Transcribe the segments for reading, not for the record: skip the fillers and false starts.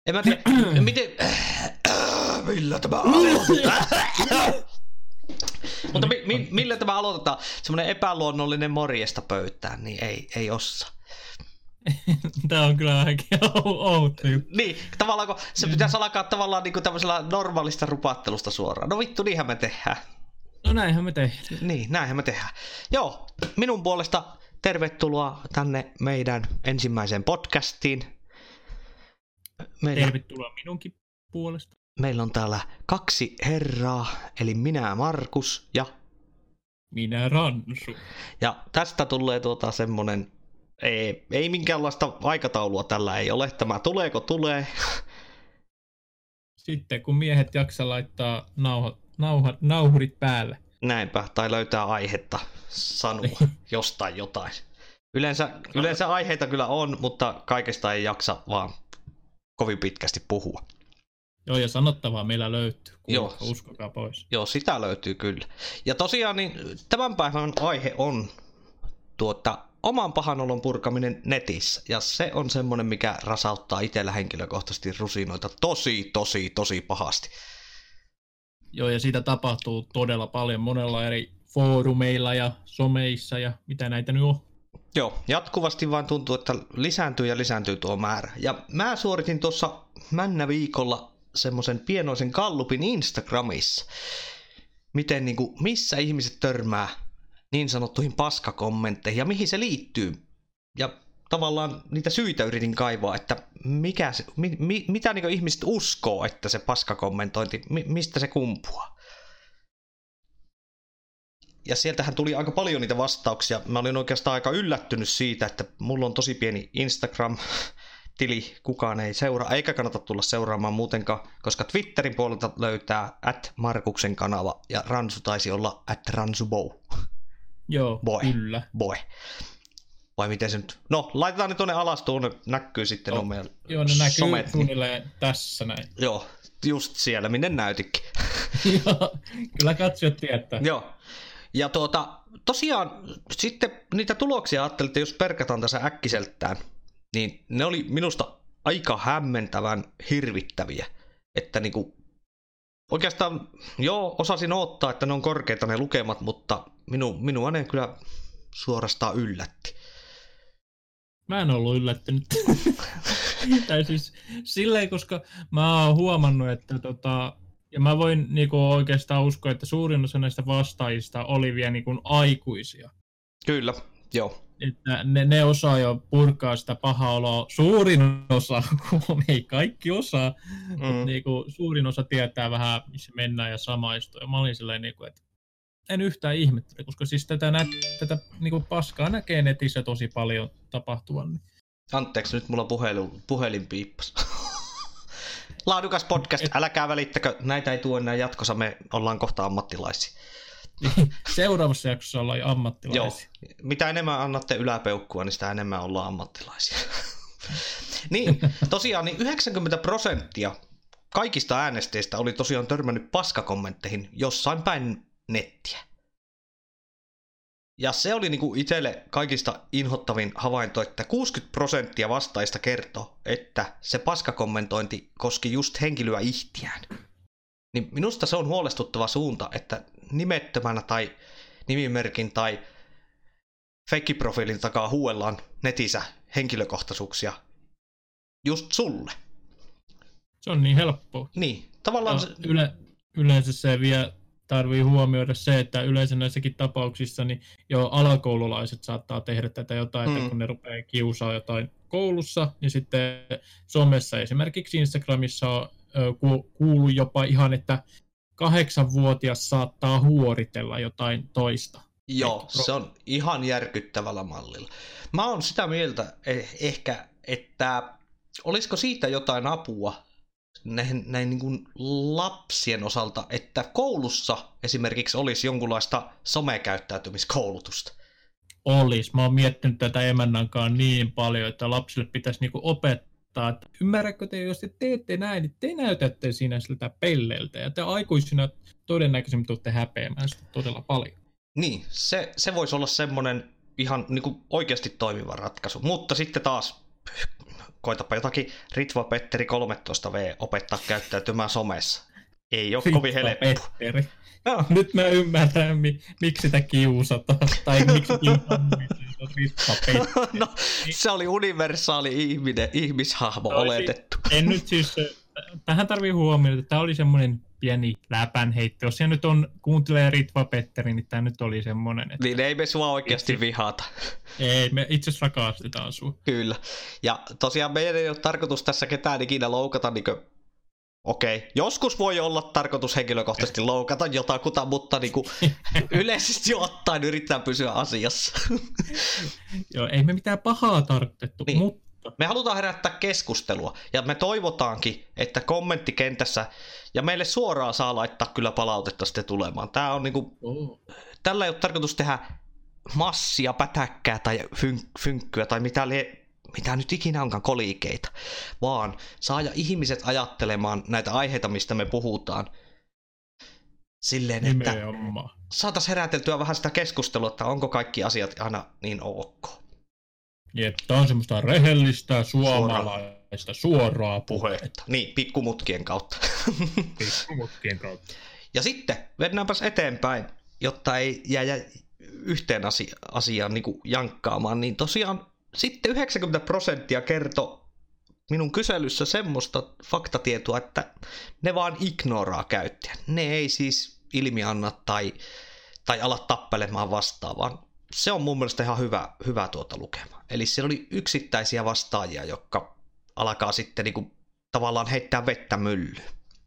En mä tiedä, miten... Millä tämä aloitetaan? Mutta millä tämä aloitetaan? Semmoinen epäluonnollinen morjesta pöytään, niin ei osaa. Tää on kyllä vähänkin outo. Niin, tavallaan kun se pitäisi alkaa tavallaan niin kuin tämmöisellä normaalista rupattelusta suoraan. No vittu, niinhän me tehdään. No näinhän me tehdään. Niin, näinhän me tehdään. Joo, minun puolesta tervetuloa tänne meidän ensimmäiseen podcastiin. Tervetuloa minunkin puolesta. Meillä on täällä 2 herraa, eli minä Markus ja... Minä Ransu. Ja tästä tulee semmonen... Ei minkäänlaista aikataulua tällä ei ole. Tämä tuleeko tulee. Sitten kun miehet jaksaa laittaa nauhurit päälle. Näinpä, tai löytää aihetta sanoa jostain jotain. Yleensä aiheita kyllä on, mutta kaikesta ei jaksa vaan kovin pitkästi puhua. Joo, ja sanottavaa meillä löytyy. Joo. Uskokaa pois. Joo, sitä löytyy kyllä. Ja tosiaan niin tämän päivän aihe on oman pahanolon purkaminen netissä. Ja se on semmoinen, mikä rasauttaa itsellä henkilökohtaisesti rusinoita tosi pahasti. Joo, ja siitä tapahtuu todella paljon monella eri foorumeilla ja someissa ja mitä näitä nyt on. Joo, jatkuvasti vaan tuntuu, että lisääntyy tuo määrä. Ja mä suoritin tuossa männäviikolla semmoisen pienoisen gallupin Instagramissa. Miten missä ihmiset törmää niin sanottuihin paskakommentteihin ja mihin se liittyy. Ja tavallaan niitä syitä yritin kaivaa, että mitä ihmiset uskoo, että se paskakommentointi, mistä se kumpuaa. Ja sieltähän tuli aika paljon niitä vastauksia. Mä olin oikeastaan aika yllättynyt siitä, että mulla on tosi pieni Instagram-tili, kukaan ei seuraa, eikä kannata tulla seuraamaan muutenkaan, koska Twitterin puolelta löytää @Markuksen kanava ja Ransu taisi olla @RansuBow. Joo, kyllä. Boy. Vai miten se nyt? No, laitetaan ne tuonne alas, tuonne näkyy sitten no, meidän joo, ne näkyy somet. suunnilleen tässä näin. Joo, just siellä, minne näytikin. Joo, kyllä katsojat tietää. Joo. Ja tosiaan sitten niitä tuloksia ajattelin, että jos perkataan tässä äkkiseltään, niin ne oli minusta aika hämmentävän hirvittäviä. Että oikeastaan osasin odottaa, että ne on korkeita ne lukemat, mutta minua ne kyllä suorastaan yllätti. Mä en ollut yllättynyt. Tai siis silleen, koska mä oon huomannut, että ja mä voin oikeastaan uskoa, että suurin osa näistä vastaajista oli vielä aikuisia. Kyllä, joo. Että ne osaa jo purkaa sitä pahaa oloa. Suurin osa, ei kaikki osaa, mutta suurin osa tietää vähän, missä mennään ja samaistuu. Ja mä olin silleen, että en yhtään ihmettele, koska siis tätä paskaa näkee netissä tosi paljon tapahtuvan. Anteeksi, nyt mulla puhelin piippas. Laadukas podcast, älkää välittäkö, näitä ei tule enää jatkossa, me ollaan kohta ammattilaisia. Seuraavassa jaksossa ollaan ammattilaisia. Joo, mitä enemmän annatte yläpeukkua, niin sitä enemmän ollaan ammattilaisia. Niin, tosiaan niin 90% kaikista äänestäjistä oli tosiaan törmännyt paskakommentteihin jossain päin nettiä. Ja se oli itselle kaikista inhottavin havainto, että 60% vastaista kertoi, että se paskakommentointi koski just henkilöä ihtiään. Niin minusta se on huolestuttava suunta, että nimettömänä tai nimimerkin tai feikkiprofiilin takaa huuellaan netissä henkilökohtaisuuksia just sulle. Se on niin helppoa. Niin, tavallaan... Yleensä se vielä tarvii huomioida se, että yleensä näissäkin tapauksissa niin jo alakoululaiset saattaa tehdä tätä jotain, että kun ne rupeaa kiusaa jotain koulussa, niin sitten somessa esimerkiksi Instagramissa on kuuluu jopa ihan, että 8-vuotias saattaa huoritella jotain toista. Joo, se on ihan järkyttävällä mallilla. Mä oon sitä mieltä ehkä, että olisiko siitä jotain apua näin lapsien osalta, että koulussa esimerkiksi olisi jonkunlaista somekäyttäytymiskoulutusta. Olisi. Mä oon miettinyt tätä emännänkaan niin paljon, että lapsille pitäisi opettaa, että ymmärrätkö te, jos te teette näin, niin te näytätte siinä siltä pelleiltä, ja te aikuisina todennäköisemmin tuutte häpeämään sitä todella paljon. Niin, se voisi olla semmoinen ihan oikeasti toimiva ratkaisu, mutta sitten taas koitapa jotakin Ritva Petteri 13V opettaa käyttäytymään somessa. Ei ole kovin helppo. No. Nyt mä ymmärrän, miksi sitä kiusataan. Tai miksi kiusataan Ritva Petteri. No, se oli universaali ihmishahmo oletettu. En nyt siis, tähän tarvii huomioida, että tämä oli semmoinen pieni läpänheitto. Jos se nyt kuuntelee Ritva Petteri, niin tämä nyt oli semmoinen. Että niin ei me sua oikeasti vihata. Ei, me itse asiassa rakastetaan sua. Kyllä. Ja tosiaan meidän ei ole tarkoitus tässä ketään ikinä loukata, niin kuin okei, joskus voi olla tarkoitus henkilökohtaisesti loukata jotakuta, mutta niin kuin yleisesti ottaen yritetään pysyä asiassa. Joo, ei me mitään pahaa tarkoitettu, niin. Mutta me halutaan herättää keskustelua, ja me toivotaankin, että kommenttikentässä, ja meille suoraan saa laittaa kyllä palautetta sitten tulemaan. Tää on niinku, tällä ei ole tarkoitus tehdä massia, pätäkkää tai fynkkyä tai mitä nyt ikinä onkaan kolikeita, vaan saada ihmiset ajattelemaan näitä aiheita, mistä me puhutaan. Silleen, että saataisiin heräteltyä vähän sitä keskustelua, että onko kaikki asiat aina niin ok. Tämä on semmoista rehellistä, suomalaista, suoraa puhetta. Niin, pikkumutkien kautta. Pikkumutkien kautta. Ja sitten mennäänpäs eteenpäin, jotta ei jää yhteen asiaan niin kuin jankkaamaan, niin tosiaan sitten 90% kertoi minun kyselyssä semmoista faktatietoa, että ne vaan ignoraa käyttäjän. Ne ei siis ilmianna tai ala tappelemaan vastaan, vaan se on mun mielestä ihan hyvä lukema. Eli siellä oli yksittäisiä vastaajia, jotka alkaa sitten niinku tavallaan heittää vettä myllyyn.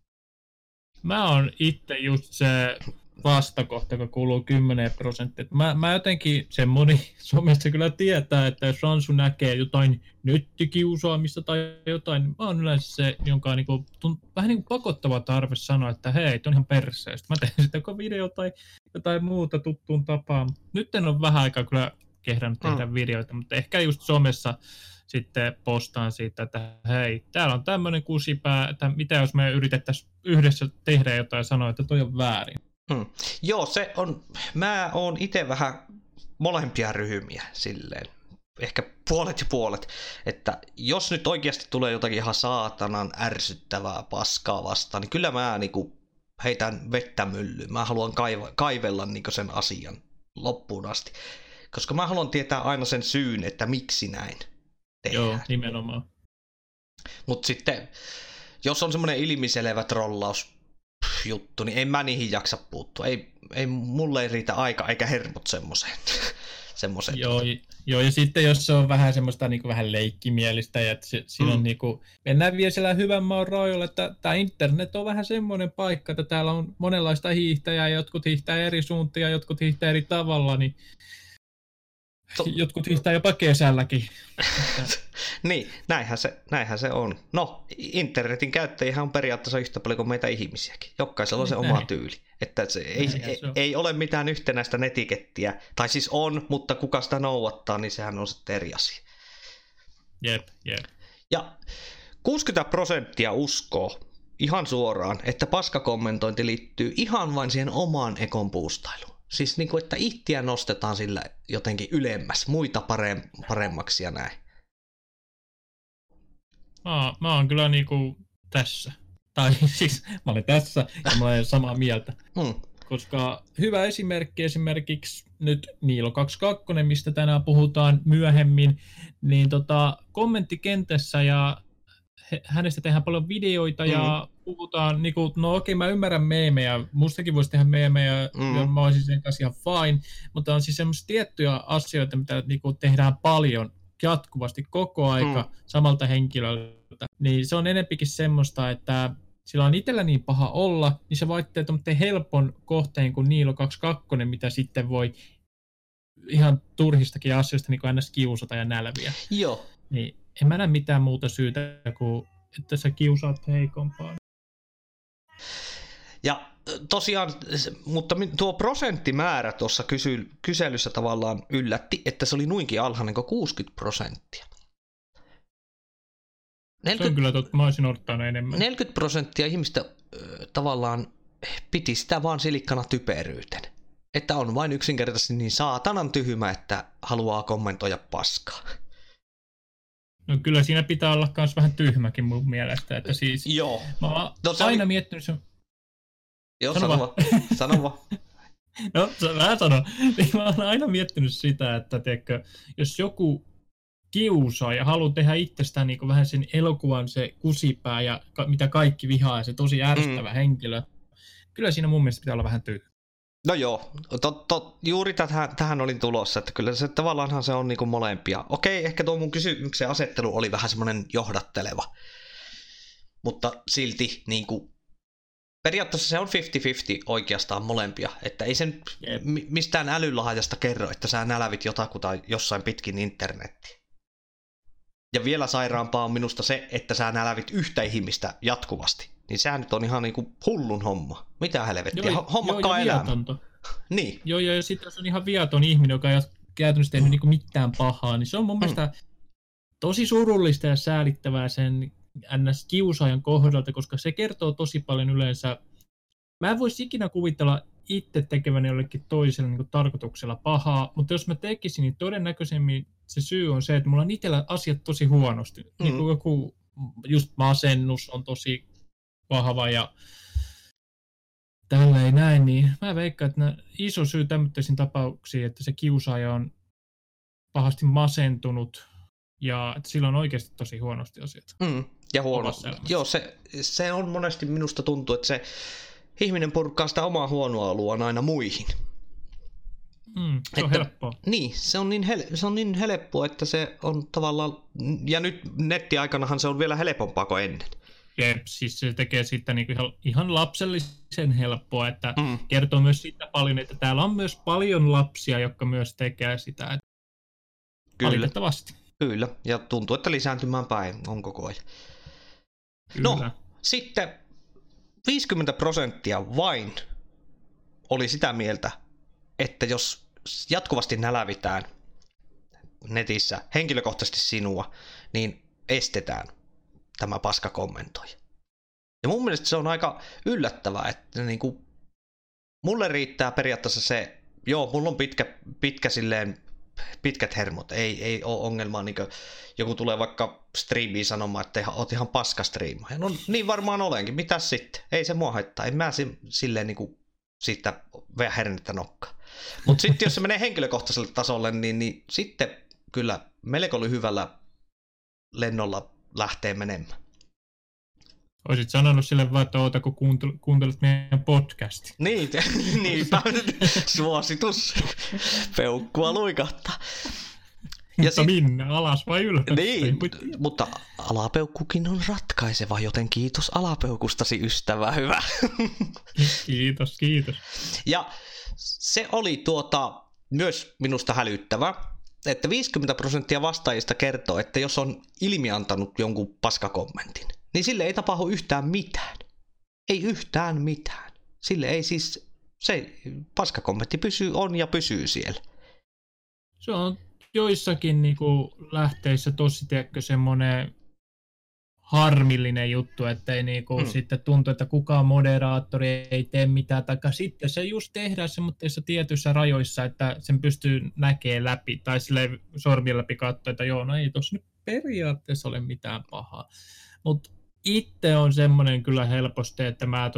Mä oon itse just se vastakohta, joka kuuluu 10%. Mä jotenkin semmoinen somessa kyllä tietää, että jos Ransu näkee jotain nettikiusaamista tai jotain, niin mä oon yleensä se, jonka niinku, vähän niin kuin pakottava tarve sanoa, että hei, toi on ihan perseestä. Mä teen sitä joko video tai jotain muuta tuttuun tapaan. Nyt en ole vähän aikaa kyllä kehdannut tehdä videoita, mutta ehkä just somessa sitten postaan siitä, että hei, täällä on tämmöinen kusipää, että mitä jos me yritettäisiin yhdessä tehdä jotain ja sanoa, että toi on väärin. Joo, se on, mä oon itse vähän molempia ryhmiä silleen, ehkä puolet ja puolet, että jos nyt oikeasti tulee jotakin ihan saatanan ärsyttävää paskaa vastaan, niin kyllä mä niinku heitän vettä myllyyn, mä haluan kaivella niinku sen asian loppuun asti, koska mä haluan tietää aina sen syyn, että miksi näin tehdään. Joo, nimenomaan. Mutta sitten, jos on semmoinen ilmiselevä trollausjuttu, niin en mä niihin jaksa puuttua. Mulle ei riitä aika eikä hermot semmoiseen. Joo, ja sitten jos se on vähän semmoista niin kuin vähän leikkimielistä, ja siinä on niin kuin, mennään vielä siellä hyvän maan rajoilla, että tämä internet on vähän semmoinen paikka, että täällä on monenlaista hiihtäjää, jotkut hiihtää eri suuntia, jotkut hiihtää eri tavalla, niin jotkut hiihtää jopa kesälläkin. Niin, näinhän se on. No, internetin käyttäjiä on periaatteessa yhtä paljon kuin meitä ihmisiäkin. Jokaisella on se oma tyyli. Että se ei ole mitään yhtenäistä netikettiä. Tai siis on, mutta kuka sitä noudattaa, niin sehän on sitten eri asia. Jep. Ja 60% uskoo ihan suoraan, että paskakommentointi liittyy ihan vain siihen omaan ekon puustailuun. Siis niin kuin, että ittiä nostetaan sillä jotenkin ylemmäs, muita paremmaksi ja näin. Mä oon kyllä niinku tässä. Tai siis mä olen tässä ja mä olen samaa mieltä. Koska hyvä esimerkki esimerkiksi nyt Niilo 22, mistä tänään puhutaan myöhemmin, niin kommenttikentässä ja hänestä tehdään paljon videoita ja puhutaan, niin kuin, no okei, mä ymmärrän meemejä, mustakin voisi tehdä meemejä, ja mä olisin sen kanssa ihan fine, mutta on siis semmoisia tiettyjä asioita, mitä niin kuin, tehdään paljon jatkuvasti koko aika samalta henkilöltä, niin se on enempikin semmoista, että sillä on itsellä niin paha olla, niin se vaihtee tuommoinen helpon kohteen kuin Niilo 22, mitä sitten voi ihan turhistakin asioista niin kuin ns. Kiusata ja nälviä. Joo. Niin en mä näe mitään muuta syytä kuin, että sä kiusaat heikompaa. Ja tosiaan, mutta tuo prosenttimäärä tuossa kyselyssä tavallaan yllätti, että se oli nuinkin alhainen kuin 60%. Se on kyllä totta, mä olisin odottanut enemmän. 40% ihmistä tavallaan piti sitä vaan silikkana typeryyten. Että on vain yksinkertaisesti niin saatanan tyhmä, että haluaa kommentoida paskaa. No kyllä siinä pitää olla myös vähän tyhmäkin mun mielestä, että siis Joo. mä oon No, aina miettinyt sen. Joo, sano vaan. No, mä sanon. Mä oon aina miettinyt sitä, että tiedätkö, jos joku kiusaa ja haluaa tehdä itsestään niin vähän sen elokuvan se kusipää ja mitä kaikki vihaa ja se tosi ärsyttävä henkilö, kyllä siinä mun mielestä pitää olla vähän tyhmä. No joo, juuri tähän olin tulossa, että kyllä se tavallaanhan se on niinku molempia. Okei, ehkä tuo mun kysymyksen asettelu oli vähän semmoinen johdatteleva, mutta silti niinku, periaatteessa se on 50-50 oikeastaan molempia, että ei sen mistään älylahjasta kerro, että sä nälävit jotakuta jossain pitkin internettiä. Ja vielä sairaampaa on minusta se, että sä nälävit yhtä ihmistä jatkuvasti. Niin sehän nyt on ihan niinku hullun homma. Mitä helvettiä? Hommakkaa elämä. Niin. Joo, ja sitten jos on ihan viaton ihminen, joka ei ole käytännössä tehnyt niinku mitään pahaa, niin se on mun mielestä tosi surullista ja säälittävää sen NS-kiusaajan kohdalta, koska se kertoo tosi paljon yleensä. Mä en voisi ikinä kuvitella itse tekeväni jollekin toiselle niin tarkoituksella pahaa, mutta jos mä tekisin, niin todennäköisemmin se syy on se, että mulla on itsellä asiat tosi huonosti. Niin kuin joku just masennus on tosi vahva ja tällä ei näin, niin mä veikkaan, että iso syy tämmöisiin tapauksiin, että se kiusaaja on pahasti masentunut ja että sillä on oikeasti tosi huonosti asiat. Ja huono. Joo, se on monesti minusta tuntuu, että se ihminen purkaa sitä omaa huonoa oluaan aina muihin. Se on helppoa. Niin, se on niin helppoa, että se on tavallaan, ja nyt nettiaikanahan se on vielä helpompaa kuin ennen. Jep, siis se tekee siitä niin ihan lapsellisen helppoa, että kertoo myös siitä paljon, että täällä on myös paljon lapsia, jotka myös tekee sitä. Valitettavasti. Kyllä, ja tuntuu, että lisääntymään päin on koko ajan. Kyllä. No, sitten 50% vain oli sitä mieltä, että jos jatkuvasti nälävitään netissä henkilökohtaisesti sinua, niin estetään tämä paskakommentoija. Ja mun mielestä se on aika yllättävää, että niinku, mulle riittää periaatteessa se, joo, mulla on pitkät hermot, ei ole ongelmaa, niin joku tulee vaikka striimiin sanomaan, että oot ihan paska striimaaja. No niin varmaan olenkin, mitäs sitten? Ei se mua haittaa, en mä silleen niinku siitä vähän hernettä nokkaa. Mutta sitten jos se menee henkilökohtaiselle tasolle, niin sitten kyllä melko lyhyellä lennolla lähtee menemään. Olisit sanonut sille vaan, että oota, kun kuuntelet meidän podcastia. Niinpä. Suositus. Peukkua luikahtaa. Mutta minne? Alas vai ylös? Niin, mutta alapeukkukin on ratkaiseva, joten kiitos alapeukustasi, ystävä hyvä. Kiitos. Ja se oli myös minusta hälyttävä, että 50% vastaajista kertoo, että jos on ilmiantanut jonkun paskakommentin, niin sille ei tapahdu yhtään mitään. Ei yhtään mitään. Sille ei siis, se paskakommentti on ja pysyy siellä. Se on joissakin niinku lähteissä tosi semmoinen harmillinen juttu, ettei niinku sitten tuntu, että kukaan moderaattori ei tee mitään, tai sitten se just tehdään semmoisissa tietyissä rajoissa, että sen pystyy näkemään läpi, tai silleen sormien läpi katsoa, että joo, no ei tossa nyt periaatteessa ole mitään pahaa. Mutta itse on semmoinen kyllä helposti, että mä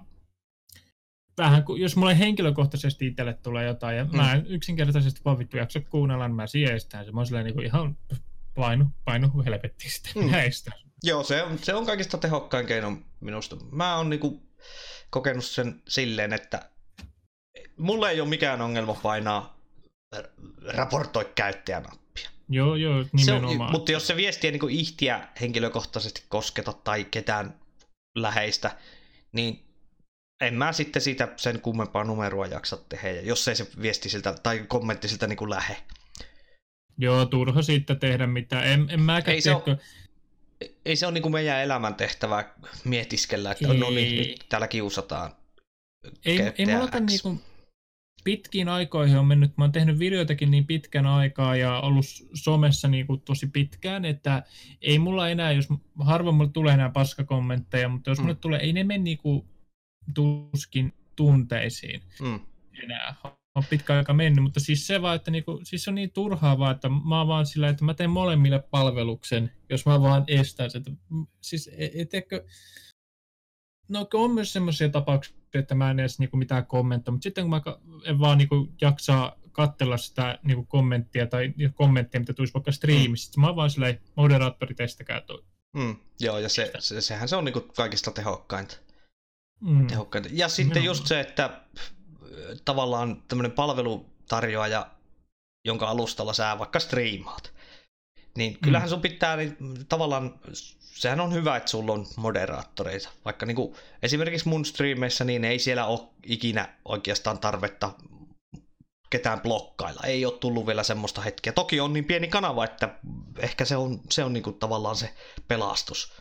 vähän, jos mulle henkilökohtaisesti itselle tulee jotain, ja mä en yksinkertaisesti vaan vittu jaksa kuunnella, niin mä siestään se. Mä oon silleen niin ihan painu helvettiin sitä. Joo, se on kaikista tehokkain keino minusta. Mä oon niinku kokenut sen silleen, että mulle ei ole mikään ongelma painaa raportoi käyttäjänappia. Joo, nimenomaan. Mutta jos se viesti ei niinku ihtiä henkilökohtaisesti kosketa tai ketään läheistä, niin en mä sitten siitä sen kummempaa numeroa jaksa tehdä, jos ei se viesti siltä tai kommentti siltä niinku lähe. Joo, turha siitä tehdä mitään. En mäkään ei se ole niinku meidän elämäntehtävää mietiskellä, että no niin, nyt täällä kiusataan. Ei mullakaan niinku pitkiin aikoihin on mennyt, mä oon tehnyt videoitakin niin pitkän aikaa ja ollut somessa niinku tosi pitkään, että ei mulla enää, jos harvoin mulle tulee enää paskakommentteja, mutta jos mulle tulee, ei ne mene niinku tuskin tunteisiin enää ole pitkä aika mennyt, mutta siis se vaan, että niinku, siis on niin turhaa vaan, että mä oon vaan sillä, että mä teen molemmille palveluksen, jos mä vaan estän sen. Siis etteikö, no on myös semmoisia tapauksia, että mä en edes niinku mitään kommenttia, mutta sitten kun mä en vaan niinku jaksaa katsella sitä niinku kommenttia tai kommenttia, mitä tulisi vaikka striimissä, mä oon vaan silleen, moderaattori, testäkää toi. Joo, ja sehän se on niinku kaikista tehokkainta. Ja sitten just se, että tavallaan tämmöinen palvelutarjoaja, jonka alustalla sä vaikka striimaat, niin kyllähän sun pitää, niin tavallaan, sehän on hyvä, että sulla on moderaattoreita. Vaikka niinku, esimerkiksi mun striimeissä, niin ei siellä ole ikinä oikeastaan tarvetta ketään blokkailla. Ei ole tullut vielä semmoista hetkeä. Toki on niin pieni kanava, että ehkä se on niinku tavallaan se pelastus.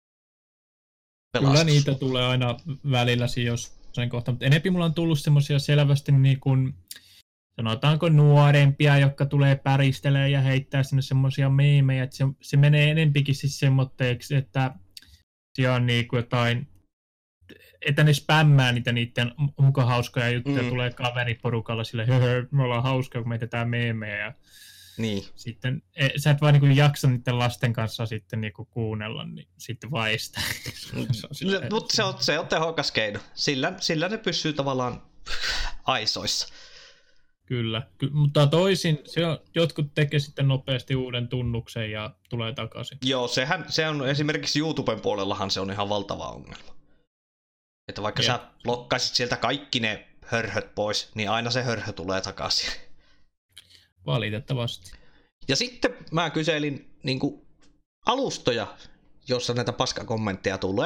Kyllä niitä tulee aina välillä jossain kohtaa, mutta enempi mulla on tullut semmoisia selvästi niin kuin, sanotaanko nuorempia, jotka tulee päristelemään ja heittää sinne semmoisia meemejä, että se menee enempikin siis semmoitteeksi, että siellä on niin kuin jotain, että ne spämmää niiden mukaan hauskoja juttuja, tulee kaveriporukalla sille, me ollaan hauskoja, kun me heitetään meemejä ja niin. Sitten sä et vaan niin jaksa niiden lasten kanssa sitten niin kuunnella, niin sitten vaan estää. Mutta se on tehokas keino. Sillä ne pysyy tavallaan aisoissa. Kyllä, mutta toisin jotkut tekee sitten nopeasti uuden tunnuksen ja tulee takaisin. Joo, se on esimerkiksi YouTuben puolellahan se on ihan valtava ongelma. Että vaikka sä blokkaisit sieltä kaikki ne hörhöt pois, niin aina se hörhö tulee takaisin. Valitettavasti. Ja sitten mä kyselin niinku alustoja, jossa näitä paskakommentteja tulee.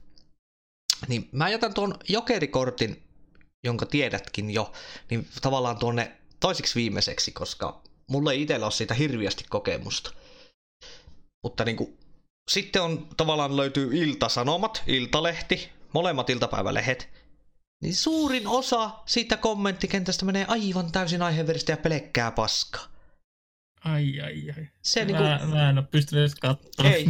Niin mä jätän tuon jokerikortin, jonka tiedätkin jo, niin tavallaan tuonne toiseksi viimeiseksi, koska mulla ei itsellä ole siitä hirviästi kokemusta. Mutta niinku, sitten on tavallaan löytyy Ilta-Sanomat, Iltalehti, molemmat iltapäivälehdet. Niin suurin osa siitä kommenttikentästä menee aivan täysin aiheenveristä ja pelkkää paskaa. Ai. Se mä en ole pystynyt edes katsomaan. Ei,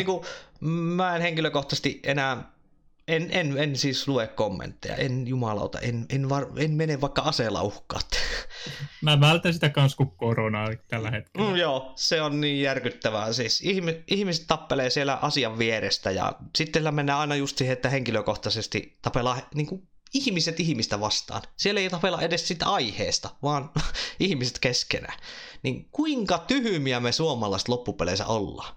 mä en henkilökohtaisesti enää, en siis lue kommentteja, en jumalauta, en mene vaikka aseella uhkaat. Mä vältän sitä kans kuin koronaa tällä hetkellä. Joo, se on niin järkyttävää. Siis ihmiset tappelee siellä asian vierestä ja sitten mennään aina just siihen, että henkilökohtaisesti tapellaan niin ihmiset ihmistä vastaan. Siellä ei tapella edes sitä aiheesta, vaan ihmiset keskenään. Niin kuinka tyhmiä me suomalaiset loppupeleissä ollaan?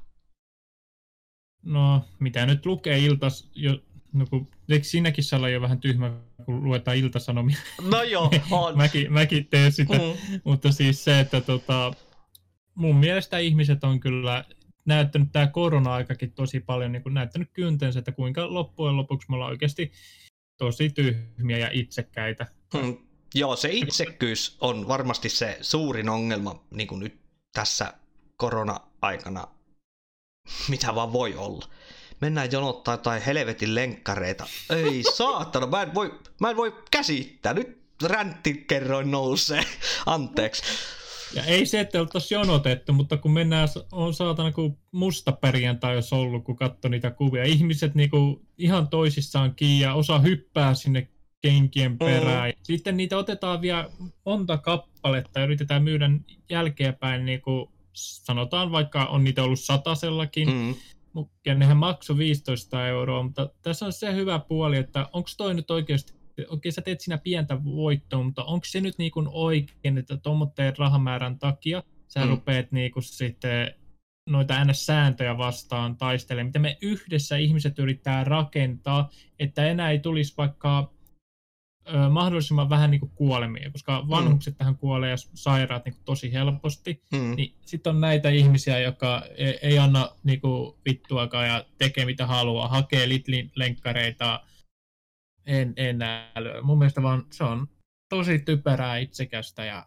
No, mitä nyt lukee eikö siinäkin saa olla jo vähän tyhmä, kun luetaan Ilta-Sanomia? No joo, on. mäkin teen sitä, mutta siis se, että mun mielestä ihmiset on kyllä näyttänyt tämä korona-aikakin tosi paljon, niin kuin näyttänyt kyntensä, että kuinka loppujen lopuksi me ollaan oikeasti tosi tyhmiä ja itsekkäitä. Joo, se itsekkyys on varmasti se suurin ongelma niin kuin nyt tässä korona-aikana, mitä vaan voi olla. Mennään jonottaa jotain helvetin lenkkareita. Ei saatana, mä en voi käsittää. Nyt ränttikerroin nousee. Anteeksi. Ja ei se, että oltaisiin jonotettu, mutta kun mennään, on saatana kuin musta perjantai jos ollut, kun katsoi niitä kuvia. Ihmiset niinku ihan toisissaan kiinni ja osa hyppää sinne kenkien perään. Sitten niitä otetaan vielä monta kappaletta ja yritetään myydä jälkeenpäin, niin kuin sanotaan vaikka on niitä ollut satasellakin. Ja nehän maksoi 15 €, mutta tässä on se hyvä puoli, että onko toi nyt oikeasti, okei sä teet siinä pientä voittoa, mutta onko se nyt niinku oikein, että tuommoitteen rahamäärän takia sä rupeat niinku sitten noita NS-sääntöjä vastaan taistelemaan, mitä me yhdessä ihmiset yrittää rakentaa, että enää ei tulisi vaikka mahdollisimman vähän niinku kuolemia, koska vanhukset tähän kuolee ja sairaat niinku tosi helposti, niin sitten on näitä ihmisiä, jotka ei anna niinku vittuakaan ja tekee mitä haluaa, hakee lenkkareita, en älyä. Mun mielestä vaan se on tosi typerää itsekästä ja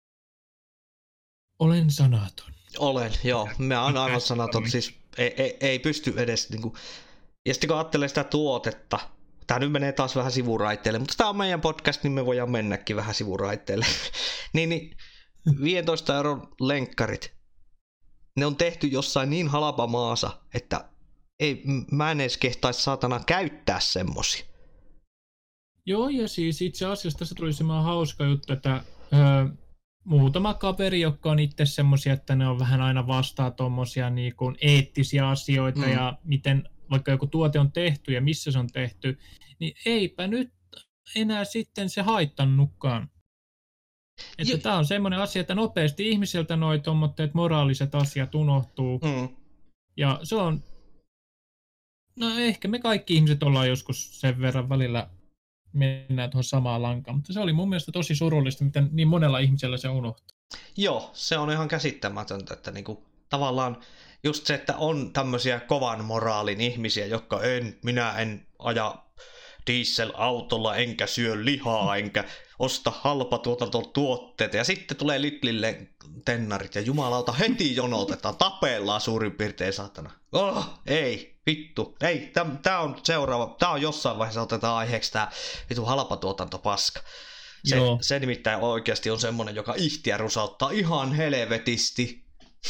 olen sanaton. Olen, joo. Mä oon aivan sanaton, siis ei pysty edes niinku. Ja sitten kun ajattelee sitä tuotetta, tää nyt menee taas vähän sivuraiteille, mutta tää on meidän podcast, niin me voidaan mennäkin vähän sivuraiteille. niin 15 € lenkkarit, ne on tehty jossain niin halpa maassa, että mä en edes kehtaisi saatana käyttää semmosia. Joo, ja siis itse asiassa tässä tuli semmoinen hauska juttu, että muutama kaveri, jotka on itse semmoisia, että ne on vähän aina vastaa tuommoisia niin kuin eettisiä asioita ja miten vaikka joku tuote on tehty ja missä se on tehty, niin eipä nyt enää sitten se haittanutkaan. Että tämä on semmoinen asia, että nopeasti ihmisiltä noi tuommoitteet moraaliset asiat unohtuu. Ja se on, no ehkä me kaikki ihmiset ollaan joskus sen verran välillä mennään tuohon samaan lankaan, mutta se oli mun mielestä tosi surullista, miten niin monella ihmisellä se unohtuu. Joo, se on ihan käsittämätöntä, että niinku, tavallaan just se, että on tämmöisiä kovan moraalin ihmisiä, jotka minä en aja dieselautolla, enkä syö lihaa, enkä osta halpatuotantotuotteita. Ja sitten tulee Lidlille tennarit ja jumalauta heti jonotetaan, tapellaan suurin piirtein saatana. Ei, vittu, ei, tää on seuraava, tää on jossain vaiheessa otetaan aiheeksi tää vitu halpatuotantopaska. Se nimittäin oikeasti on semmonen, joka ihtiä rusauttaa ihan helvetisti.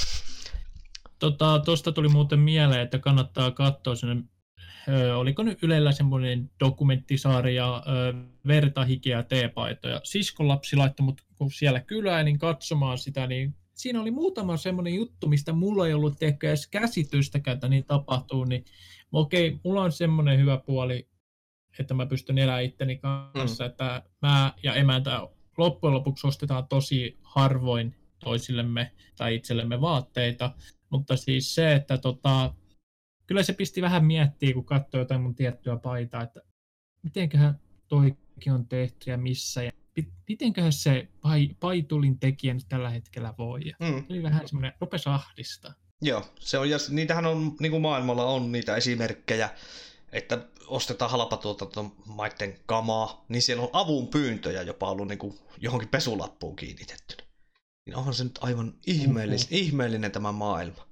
Tuosta tuli muuten mieleen, että kannattaa katsoa sen, oliko nyt Ylellä semmoinen dokumenttisarja Verta, hikeä ja teepaitoja. Siskon lapsi laittoi mut, kun siellä kyläilin katsomaan sitä, niin siinä oli muutama semmoinen juttu, mistä mulla ei ollut ehkä edes käsitystäkään, että niin tapahtuu. Niin okei, mulla on semmoinen hyvä puoli, että mä pystyn elämään itteni kanssa, että mä ja emäntä loppujen lopuksi ostetaan tosi harvoin toisillemme tai itsellemme vaatteita, mutta siis se, että kyllä se pisti vähän miettiä, kun katsoi jotain mun tiettyä paitaa, että mitenköhän toikin on tehty ja missä ja mitenköhän se paitulin tekijä nyt tällä hetkellä voi. Ja oli vähän semmoinen, rupesi ahdistaa. Joo, se on, ja niitähän on, niin kuin maailmalla on niitä esimerkkejä, että ostetaan halpatuotantomaiden kamaa, niin siellä on avun pyyntöjä jopa ollut niin kuin johonkin pesulappuun kiinnitettynä. Niin onhan se nyt aivan ihmeellinen tämä maailma.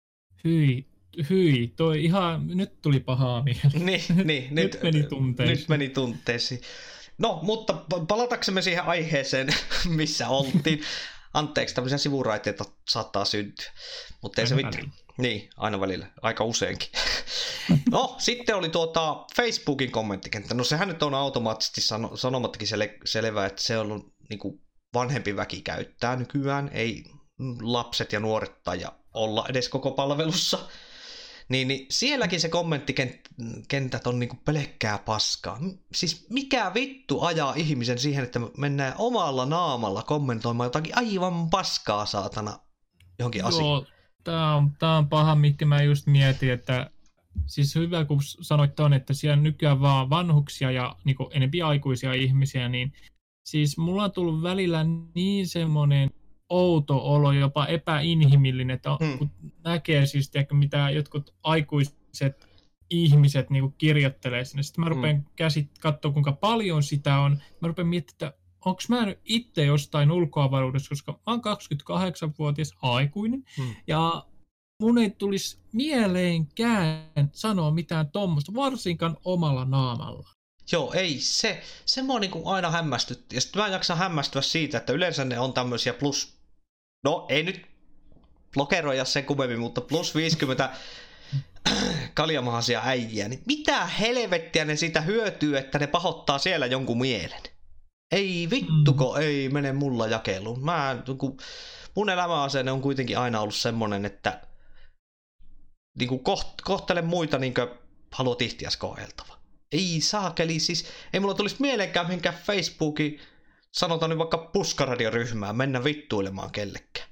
Hyi, toi ihan, nyt tuli pahaa mieltä. Niin, nyt meni tunteisiin. Nyt meni tunteisiin. No, mutta palataksemme siihen aiheeseen, missä oltiin. Anteeksi, tämmöisiä sivuraiteita saattaa syntyä. Mutta ei se mitään. Niin, aina välillä. Aika useinkin. No, sitten oli Facebookin kommenttikenttä. No sehän nyt on automaattisesti sanomattakin selvää, että se on niinku vanhempi väki käyttää nykyään. Ei lapset ja nuoret tai olla edes koko palvelussa. Niin sielläkin se kommenttikentät on niinku pelkkää paskaa. Siis mikä vittu ajaa ihmisen siihen, että mennään omalla naamalla kommentoimaan jotakin aivan paskaa saatana johonkin asiaan. Joo, tää on paha, mikä mä just mietin, että siis hyvä kun sanoit ton, että siellä nykyään vaan vanhuksia ja niinku enempi aikuisia ihmisiä, niin siis mulla on tullut välillä niin semmoinen outo olo, jopa epäinhimillinen, että kun näkee siis, mitä jotkut aikuiset ihmiset niin kirjoittelee sinne. Sitten mä rupean katsoa, kuinka paljon sitä on. Mä rupean miettimään, että onko mä nyt itse jostain ulkoavaruudessa, koska mä oon 28-vuotias aikuinen, ja mun ei tulisi mieleenkään sanoa mitään tommoista, varsinkaan omalla naamalla. Joo, ei se mua niinku aina hämmästytti. Ja sitten mä jaksan hämmästyä siitä, että yleensä ne on tämmöisiä no ei nyt lokeroja sen kummemmin, mutta plus 50 kaljamahaisia äijiä. Niin mitä helvettiä ne siitä hyötyy, että ne pahoittaa siellä jonkun mielen? Ei vittuko, ei mene mulla jakeluun. Mun elämäasenne on kuitenkin aina ollut semmonen, että niinku kohtele muita niinkö haluat ihtiäs kohdeltava. Ei saakeli, siis ei mulla tulisi mieleenkään mihinkään Facebookin, sanotaan nyt vaikka puskaradioryhmään, mennä vittuilemaan kellekään.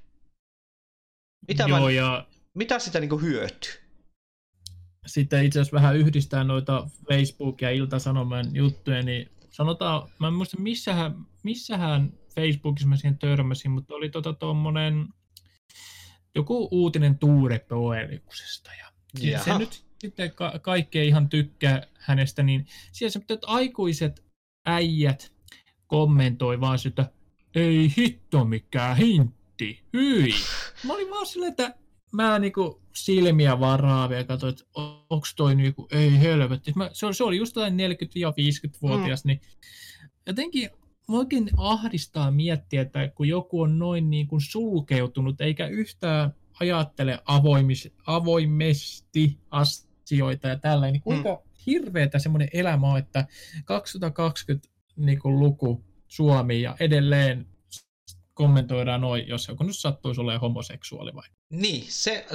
Mitä sitä niinku hyötyy? Sitten itse asiassa vähän yhdistää noita Facebook- ja Ilta-Sanoman juttuja, niin sanotaan, mä en muista missähän Facebookissa mä siihen törmäsin, mutta oli tommonen joku uutinen Tuure Boeliuksesta ja se nyt sitten kaikki ei ihan tykkää hänestä, niin siellä semmoiset aikuiset äijät kommentoi vaan sitä, että ei hitto mikään hintti, hyi. Mä olin vaan silleen, että mä niinku silmiä vaan raavia ja katsoin, että onks toi niinku, ei helvetti. Se oli just jotain 40-50-vuotias, niin jotenkin oikein ahdistaa miettiä, että kun joku on noin niin kuin sulkeutunut eikä yhtään ajattele avoimesti asioita ja tällainen, niin kuinka hirveetä semmoinen elämä on, että 2020 niin kuin luku Suomi ja edelleen kommentoidaan noin, jos joku nyt sattuisi olemaan homoseksuaali vai? Niin,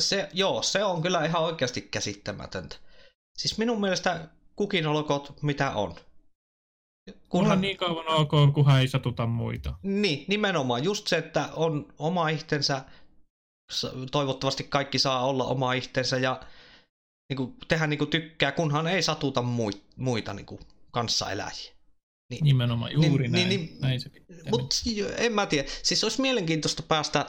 se on kyllä ihan oikeasti käsittämätöntä. Siis minun mielestä kukin olkoot mitä on. Kunhan on niin kauan ok, kunhan ei satuta muita. Niin, nimenomaan. Just se, että on oma itsensä, toivottavasti kaikki saa olla oma itsensä ja niin kuin, tehdä niin kuin tykkää, kunhan ei satuta muita niin kuin, kanssaeläjiä. Niin, nimenomaan, juuri näin se pitää. Mutta en mä tiedä. Siis olisi mielenkiintoista päästä,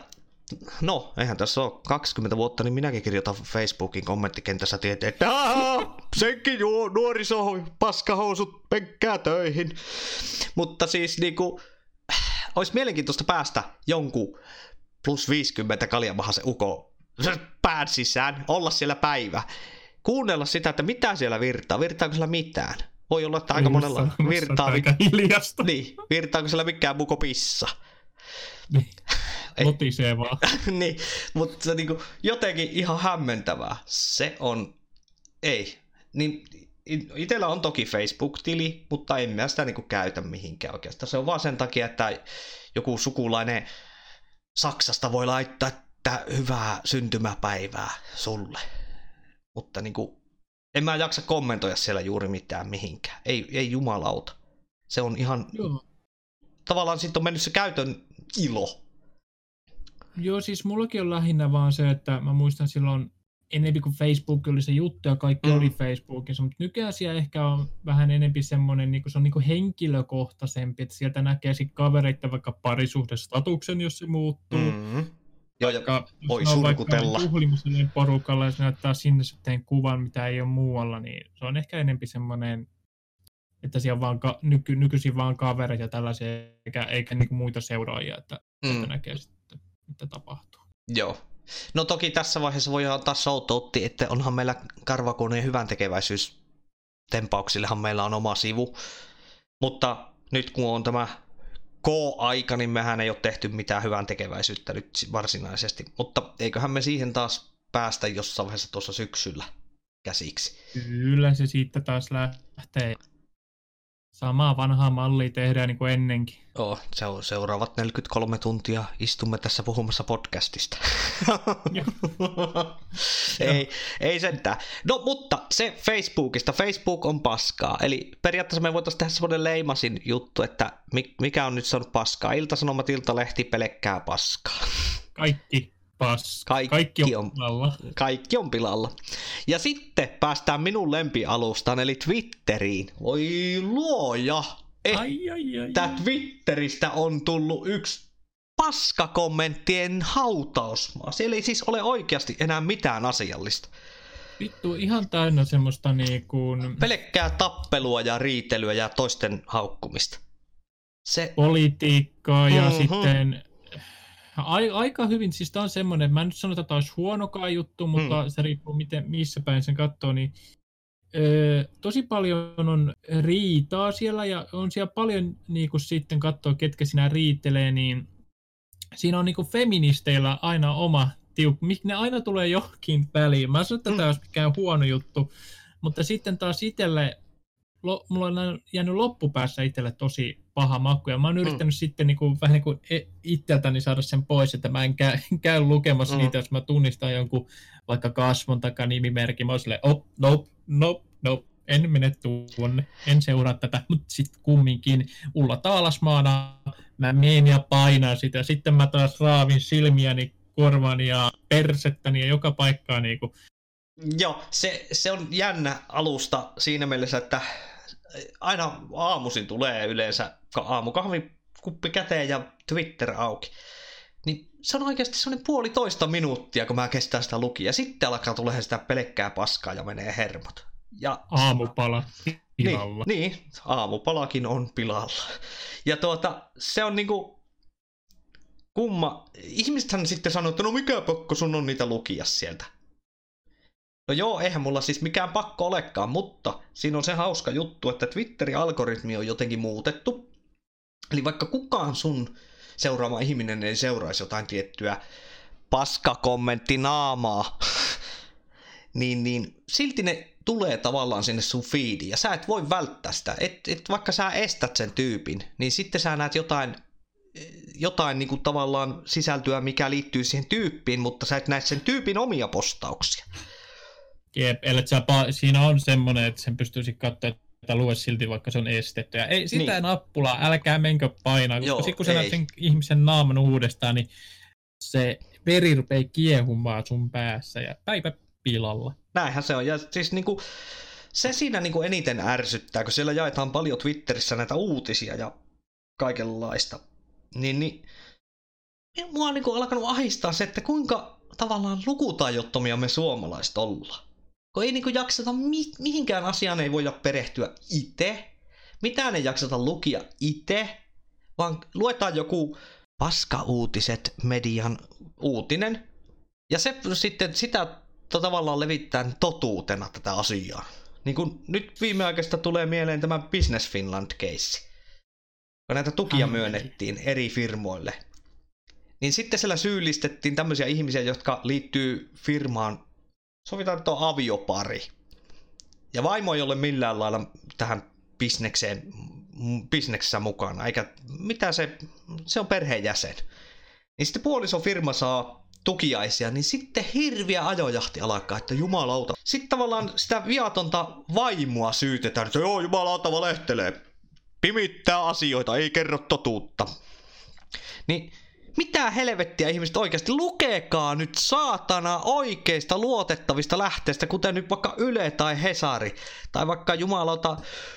no eihän tässä ole 20 vuotta, niin minäkin kirjoitan Facebookin kommenttikentässä tieteen, että senkin nuoriso, paskahousut, penkkää töihin. Mutta siis niinku, olisi mielenkiintoista päästä jonkun plus 50 kaljamahasen uko pään sisään, olla siellä päivä, kuunnella sitä, että mitä siellä virtaa, virtaako siellä mitään. Voi olla, että aika monella virtaa. Niin, virtaako siellä mikään muko pissa. Niin, motisee vaan. Niin, mutta se niinku jotenkin ihan hämmentävää. Se on, ei. Niin, itellä on toki Facebook-tili, mutta en mä sitä niinku käytä mihinkään oikeastaan. Se on vaan sen takia, että joku sukulainen Saksasta voi laittaa, että hyvää syntymäpäivää sulle. Mutta niinku en mä jaksa kommentoida siellä juuri mitään mihinkään. Ei jumalauta. Se on ihan... Joo. Tavallaan sitten on mennyt se käytön ilo. Joo, siis mullakin on lähinnä vaan se, että mä muistan silloin enemmän kuin Facebook oli se juttu ja kaikki oli Facebookissa, mutta nykyään siellä ehkä on vähän enemmän semmoinen, niin se on niin henkilökohtaisempi, että sieltä näkee sitten kavereita vaikka parisuhdestatuksen, jos se muuttuu. Joo, ja voi surkutella. Vaikka juhlimusellinen porukalla, jos näyttää sinne sitten kuvan, mitä ei ole muualla, niin se on ehkä enemmän semmoinen, että siellä on vaan nykyisin vaan kavereita ja tällaisia, eikä niinku muita seuraajia, että näkee sitten, mitä tapahtuu. Joo. No toki tässä vaiheessa voi antaa shoutoutti, että onhan meillä Karvakoneen hyvän tekeväisyystempauksillehan meillä on oma sivu, mutta nyt kun on tämä K-aika, niin mehän ei ole tehty mitään hyvän tekeväisyyttä nyt varsinaisesti, mutta eiköhän me siihen taas päästä jossain vaiheessa tuossa syksyllä käsiksi. Kyllä se siitä taas lähtee. Samaa vanhaa mallia tehdään niin kuin ennenkin. Joo, seuraavat 43 tuntia istumme tässä puhumassa podcastista. ei sentään. No, mutta se Facebookista. Facebook on paskaa. Eli periaatteessa me voitaisiin tehdä semmoinen leimasin juttu, että mikä on nyt saanut paskaa. Ilta-Sanomat, Iltalehti, pelkkää paskaa. Kaikki paskaa. Kaikki on pilalla. Kaikki on pilalla. Ja sitten päästään minun lempialustaan, eli Twitteriin. Voi luoja! Että Twitteristä on tullut yksi paskakommenttien hautausmaa. Siellä ei siis ole oikeasti enää mitään asiallista. Vittu, ihan täynnä semmoista niin pelkkää tappelua ja riitelyä ja toisten haukkumista. Politiikkaa ja sitten... Aika hyvin, siis tämä on semmoinen, mä en nyt sano, että tämä olisi huonokaan juttu, mutta se riippuu missä päin sen katsoo, niin tosi paljon on riitaa siellä ja on siellä paljon niin kuin sitten katsoo, ketkä siinä riitelee, niin siinä on niin kuin feministeillä aina oma tiukku, ne aina tulee johonkin väliin. Mä sanon, että tämä olisi mikään huono juttu, mutta sitten taas itselle, mulla on jäänyt loppupäässä itselle tosi paha maku, ja mä oon yrittänyt sitten niin kuin, vähän niin kuin itseltäni saada sen pois, että mä en käy lukemassa niitä, jos mä tunnistan jonkun vaikka kasvon takaa nimimerkin, mä oon silleen, nope, en mene tuonne, en seuraa tätä, mutta sitten kumminkin Ulla Taalasmaana, mä menen ja painaan sitä, sitten mä taas raavin silmiäni, korvani ja persettäni ja joka paikkaa niin kuin. Joo, se on jännä alusta siinä mielessä, että aina aamuisin tulee yleensä aamukahvikuppi käteen ja Twitter auki. Niin se on oikeasti sellainen 1,5 minuuttia, kun mä kestän sitä lukia. Ja sitten alkaa tulee sitä pelkkää paskaa ja menee hermot. Ja aamupala pilalla. Niin, aamupalakin on pilalla. Ja se on niinku kumma. Ihmisethän sitten sanoo, että no mikä pakko sun on niitä lukia sieltä. No joo, eihän mulla siis mikään pakko olekaan, mutta siinä on se hauska juttu, että Twitterin algoritmi on jotenkin muutettu. Eli vaikka kukaan sun seuraava ihminen ei seuraisi jotain tiettyä paskakommenttinaamaa, niin silti ne tulee tavallaan sinne sun feediin ja sä et voi välttää sitä. Vaikka sä estät sen tyypin, niin sitten sä näet jotain jotain niin kuin tavallaan sisältöä, mikä liittyy siihen tyyppiin, mutta sä et näe sen tyypin omia postauksia. Jep, siinä on semmoinen, että sen pystyisi katsoa, että lue silti, vaikka se on estetty. Ja ei sitä niin. Nappulaa, älkää menkö painaa, koska sitten kun sä näet sen ihmisen naaman uudestaan, niin se veri rupeaa kiehumaan sun päässä ja päivä pilalla. Näinhän se on. Ja siis niinku, se siinä niinku eniten ärsyttää, kun siellä jaetaan paljon Twitterissä näitä uutisia ja kaikenlaista. Niin mua on niinku alkanut ahistaa se, että kuinka tavallaan lukutajuttomia me suomalaiset ollaan. Kun ei niinku jakseta mihinkään asiaan ei voida perehtyä itse. Mitään ei jakseta lukia itse, vaan luetaan joku paska-uutiset median uutinen. Ja se sitten sitä tavallaan levittää totuutena tätä asiaa. Niin kun nyt viimeaikaista tulee mieleen tämä Business Finland-keissi. Kun näitä tukia myönnettiin eri firmoille. Niin sitten siellä syyllistettiin tämmöisiä ihmisiä, jotka liittyy firmaan, sovitaan, että on aviopari. Ja vaimo ei ole millään lailla tähän bisneksessä mukana, eikä mitään se on perheenjäsen. Niin sitten puolisofirma saa tukiaisia, niin sitten hirviä ajojahti alkaa, että jumalauta. Sitten tavallaan sitä viatonta vaimoa syytetään, että joo, jumalauta valehtelee. Pimittää asioita, ei kerro totuutta. Niin mitä helvettiä ihmiset oikeasti, lukekaa nyt saatana oikeista luotettavista lähteistä, kuten nyt vaikka Yle tai Hesari, tai vaikka jumalauta,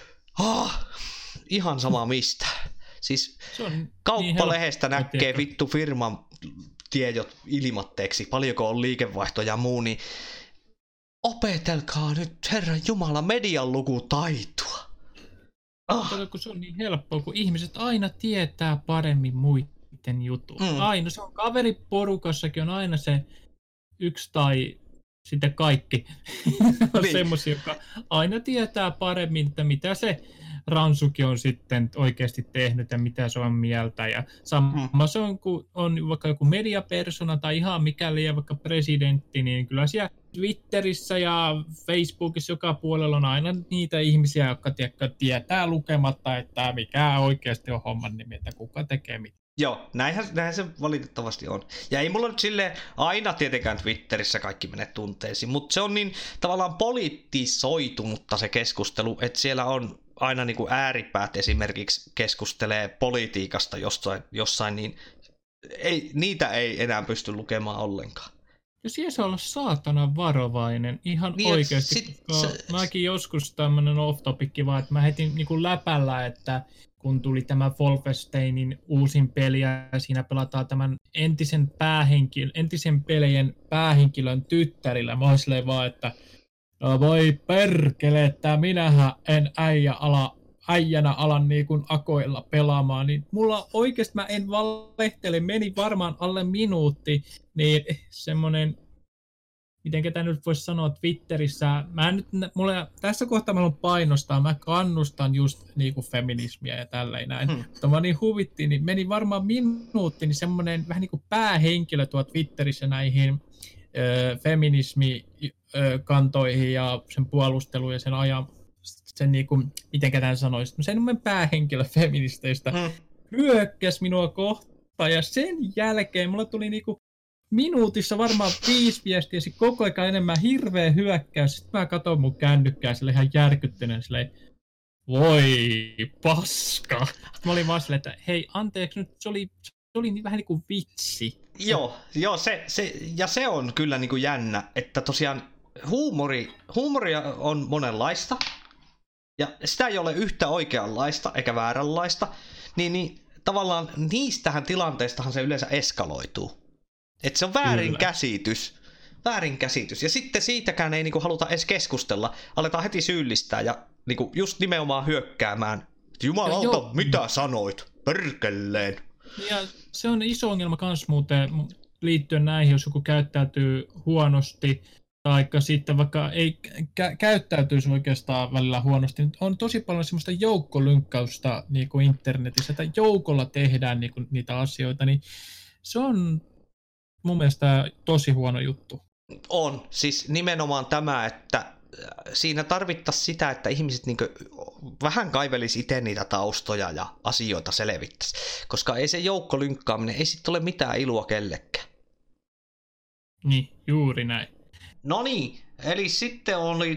ihan sama mistä. Siis kauppalehdestä näkee vittu firman tiedot ilmatteeksi, paljonko on liikevaihto ja muu, niin opetelkaa nyt Herran Jumala median lukutaitoa. Kun se on niin helppoa, kun ihmiset aina tietää paremmin muiden jutut. Aina, se on kaveriporukassakin on aina se yksi tai sitten kaikki. On semmoisia, jotka aina tietää paremmin, että mitä se Ransuki on sitten oikeasti tehnyt ja mitä se on mieltä. Ja sama se on, kun on vaikka joku mediapersona tai ihan mikäli vaikka presidentti, niin kyllä siellä Twitterissä ja Facebookissa joka puolella on aina niitä ihmisiä, jotka tietää lukematta, että mikä oikeasti on homman nimi, että kuka tekee mitä. Joo, näinhän se valitettavasti on. Ja ei mulla nyt silleen aina tietenkään Twitterissä kaikki mene tunteisiin, mutta se on niin tavallaan poliittisoitunutta se keskustelu, että siellä on aina niin kuin ääripäät esimerkiksi keskustelee politiikasta jossain niin niitä ei enää pysty lukemaan ollenkaan. Ja siellä saa olla saatana varovainen, ihan niin oikeasti. Mäkin joskus tämmönen off-topikki vaan, että mä heti niin kuin läpällä, että kun tuli tämä Wolfensteinin uusin peli ja siinä pelataan tämän entisen pelien päähenkilön tyttärillä. Mä oon vaan, että no voi perkele, että minähän en äijänä alan niin kuin akoilla pelaamaan, niin mulla oikeasti mä en valehtele, meni varmaan alle minuutti, niin semmonen, miten ketä nyt voisi sanoa Twitterissä, tässä kohtaa mä haluan painostaa, mä kannustan just niin kuin feminismiä ja tälleen näin, mutta mä niin huvittiin, niin meni varmaan minuutti, niin semmonen vähän niin kuin päähenkilö tuo Twitterissä näihin feminismikantoihin ja sen puolusteluun ja sen ajan, sen niinku, miten ketään sanoisi, sen päähenkilö feministeistä hyökkäsi minua kohtaan ja sen jälkeen mulla tuli niinku minuutissa varmaan 5 viestiä, koko ajan enemmän hirveä hyökkäys. Sitten mä katson mun kännykkää sille ihan järkyttyneen silleen, voi paska. Sitten mä olin vaan silleen, että hei anteeksi nyt, se oli vähän niin kuin vitsi. Joo, se on kyllä niin kuin jännä, että tosiaan huumoria on monenlaista, ja sitä ei ole yhtä oikeanlaista eikä vääränlaista, niin tavallaan niistähän tilanteistahan se yleensä eskaloituu. Että se on väärinkäsitys, ja sitten siitäkään ei niinku haluta edes keskustella, aletaan heti syyllistää ja niinku just nimenomaan hyökkäämään. Jumalauta, mitä sanoit? Perkeleen. Ja se on iso ongelma kans muuten liittyen näihin, jos joku käyttäytyy huonosti, taikka sitten vaikka ei käyttäytyisi oikeastaan välillä huonosti. On tosi paljon semmoista joukkolynkkausta niin kuin internetissä, että joukolla tehdään niin kuin niitä asioita, niin se on mun mielestä tosi huono juttu. On, siis nimenomaan tämä, että siinä tarvittaisiin sitä, että ihmiset niin vähän kaivelisi itse niitä taustoja ja asioita selvittäisi. Koska ei se joukkolynkkaaminen, ei sitten ole mitään ilua kellekään. Niin, juuri näin. No niin, eli sitten oli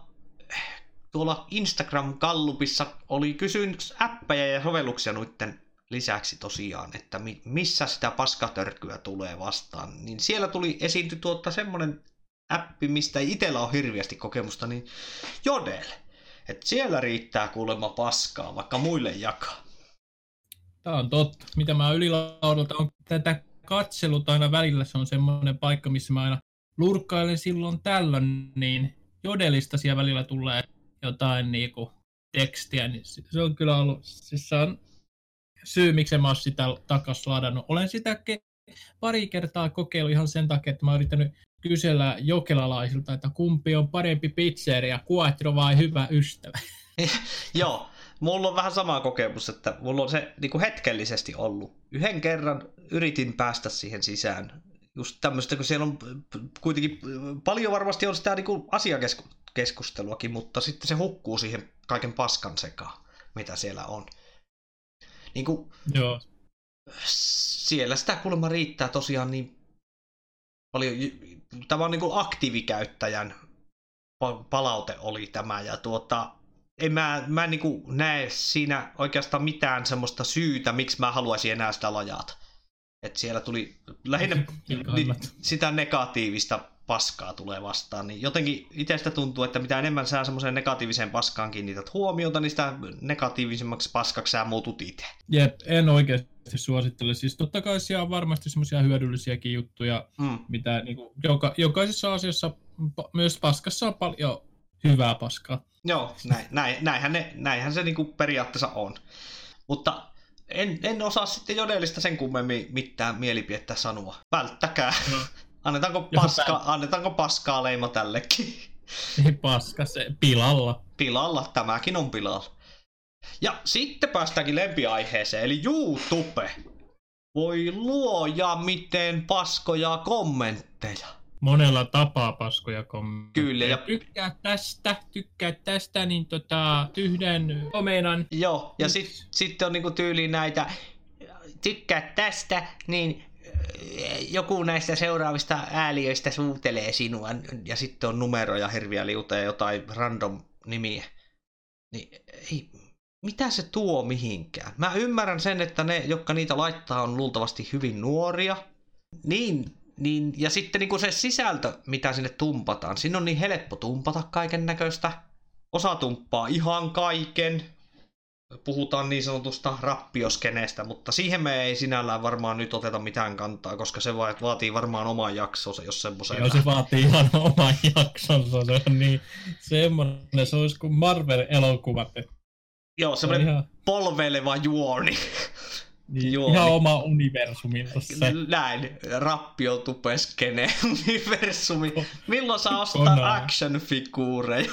tuolla Instagram-gallupissa oli kysymys appeja ja sovelluksia noitten lisäksi tosiaan, että missä sitä paskatörkyä tulee vastaan. Niin siellä esiintyi semmoinen appi, mistä ei itsellä ole hirveästi kokemusta, niin Jodel. Että siellä riittää kuulemma paskaa, vaikka muille jakaa. Tämä on totta. Mitä mä ylilaudalta on tätä katsellut aina välillä, se on semmoinen paikka, missä mä aina lurkkailen silloin tällöin, niin Jodelista siellä välillä tulee jotain niinku tekstiä, niin se on kyllä ollut, siis se on syy, miksi mä oon sitä takas ladannut. Olen sitä pari kertaa kokeillut ihan sen takia, että mä oon yrittänyt kysellä jokelalaisilta, että kumpi on parempi pizzeria, Quattro vai hyvä ystävä. Joo, mulla on vähän sama kokemus, että mulla on se niin kuin hetkellisesti ollut. Yhden kerran yritin päästä siihen sisään. Just tämmöistä, kun siellä on kuitenkin paljon varmasti on sitä niin kuin asiakeskusteluakin, mutta sitten se hukkuu siihen kaiken paskan sekaan, mitä siellä on. Niin kuin, joo. Siellä sitä kuulemma riittää tosiaan niin paljon. Tämä on niin kuin aktiivikäyttäjän palaute oli tämä, ja mä en niin kuin näe siinä oikeastaan mitään semmoista syytä, miksi mä haluaisin enää sitä lajata. Että siellä tuli lähinnä sitä negatiivista paskaa tulee vastaan, niin jotenkin itsestä tuntuu, että mitä enemmän sä semmoiseen negatiiviseen paskaan kiinnität huomiota, niin sitä negatiivisemmaksi paskaksi sä muutut itse. Jep, en oikeasti suosittele. Siis totta kai siellä on varmasti semmoisia hyödyllisiäkin juttuja, mitä niinku, jokaisessa asiassa, myös paskassa on paljon hyvää paskaa. Joo, näinhän se niinku periaatteessa on. Mutta en osaa sitten Jodelista sen kummemmin mitään mielipidettä sanoa. Välttäkää. No. Annetaanko paskaa leima tällekin? Ei paska, se pilalla. Pilalla, tämäkin on pilalla. Ja sitten päästäänkin lempiaiheeseen, eli YouTube. Voi luoja, miten paskoja kommentteja. Monella tapaa paskoja kommentteja. Kyllä. Ja tykkää tästä, niin yhden omenan. Joo, ja sitten on niinku tyyliin näitä, tykkää tästä, niin joku näistä seuraavista ääliöistä suutelee sinua, ja sitten on numeroja hirviä liuta ja jotain random nimiä. Niin ei, mitä se tuo mihinkään? Mä ymmärrän sen, että ne, jotka niitä laittaa, on luultavasti hyvin nuoria. Niin, ja sitten niin kuin se sisältö, mitä sinne tumpataan, siinä on niin helppo tumpata kaiken näköistä. Osa tumppaa ihan kaiken. Puhutaan niin sanotusta rappioskeneestä, mutta siihen me ei sinällään varmaan nyt oteta mitään kantaa, koska se vaatii varmaan oman jaksonsa, jos semmoisen. Joo, se vaatii ihan oman jaksonsa. Se on niin semmoinen, se olisi kuin Marvel-elokuvat. Joo, semmoinen ihan polveileva juoni. Niin, ihan oma universuminsa se. Näin, rappiotupeskene universumi. Milloin saa ostaa action-figuureja?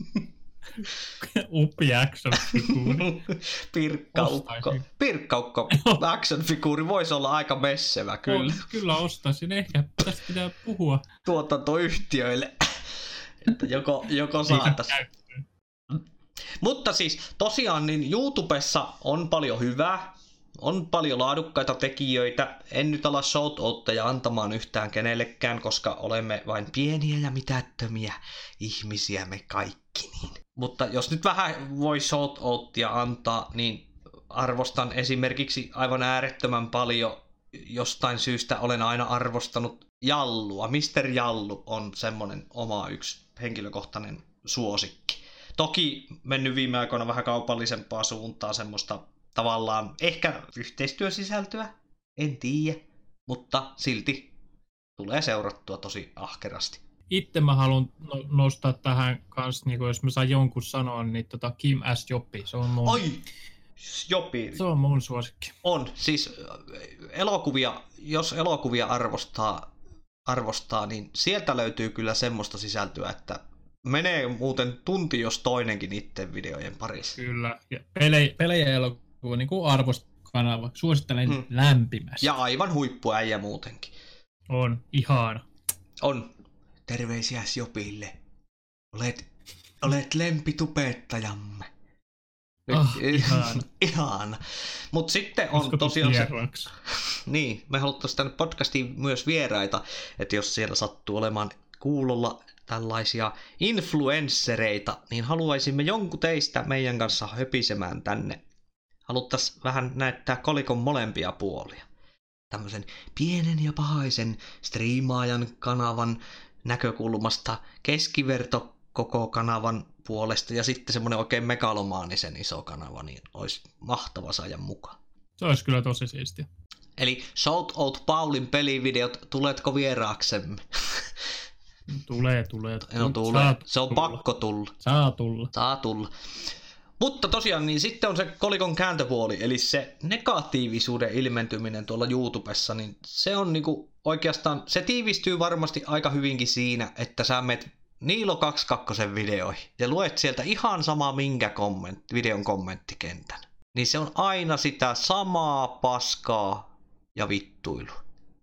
Upi action-figuuri. Pirkkaukko action-figuuri voisi olla aika messevä, kyllä. Kyllä ostaisin, ehkä tästä pitää puhua. Tuotantoyhtiöille, että joko saataisiin. Mutta siis tosiaan niin YouTubessa on paljon hyvää. On paljon laadukkaita tekijöitä. En nyt ala shoutoutteja antamaan yhtään kenellekään, koska olemme vain pieniä ja mitättömiä ihmisiä me kaikki. Niin. Mutta jos nyt vähän voi shoutouttia antaa, niin arvostan esimerkiksi aivan äärettömän paljon. Jostain syystä olen aina arvostanut Jallua. Mr. Jallu on semmoinen oma yksi henkilökohtainen suosikki. Toki mennyt viime aikoina vähän kaupallisempaa suuntaan, semmoista tavallaan ehkä yhteistyösisältöä, en tiedä, mutta silti tulee seurattua tosi ahkerasti. Itse mä haluan nostaa tähän kanssa, niin jos mä saan jonkun sanoa, niin Kim S. Joppi, se on mun... Oi! Joppi. Se on mun suosikki. On, siis jos elokuvia arvostaa, niin sieltä löytyy kyllä semmoista sisältöä, että menee muuten tunti jos toinenkin niiden videojen parissa. Kyllä, ja pelejä elokuva niin kuin arvostokanava. Suosittelen lämpimästi. Ja aivan huippuäijä muutenkin. On, ihana. On. Terveisiä Jopille. Olet lempitubettajamme. Ihana. Ihana. Mut sitten on tosiaan se... Niin, me haluttaisiin tänne podcastiin myös vieraita, että jos siellä sattuu olemaan kuulolla tällaisia influenssereita, niin haluaisimme jonkun teistä meidän kanssa höpisemään tänne. Haluttaisiin vähän näyttää kolikon molempia puolia. Tämmöisen pienen ja pahaisen striimaajan kanavan näkökulmasta, keskiverto koko kanavan puolesta ja sitten semmoinen oikein megalomaanisen iso kanava, niin olisi mahtava saada mukaan. Se olisi kyllä tosi siistiä. Eli shout out Paulin pelivideot, tuletko vieraaksemme? Tulee. No, tulee. Se on tulla. Pakko tulla. Saa tulla. Mutta tosiaan, niin sitten on se kolikon kääntöpuoli, eli se negatiivisuuden ilmentyminen tuolla YouTubessa, niin se on niinku oikeastaan, se tiivistyy varmasti aika hyvinkin siinä, että sä menet Niilo 22 videoihin ja luet sieltä ihan sama minkä videon kommenttikentän. Niin se on aina sitä samaa paskaa ja vittuilua.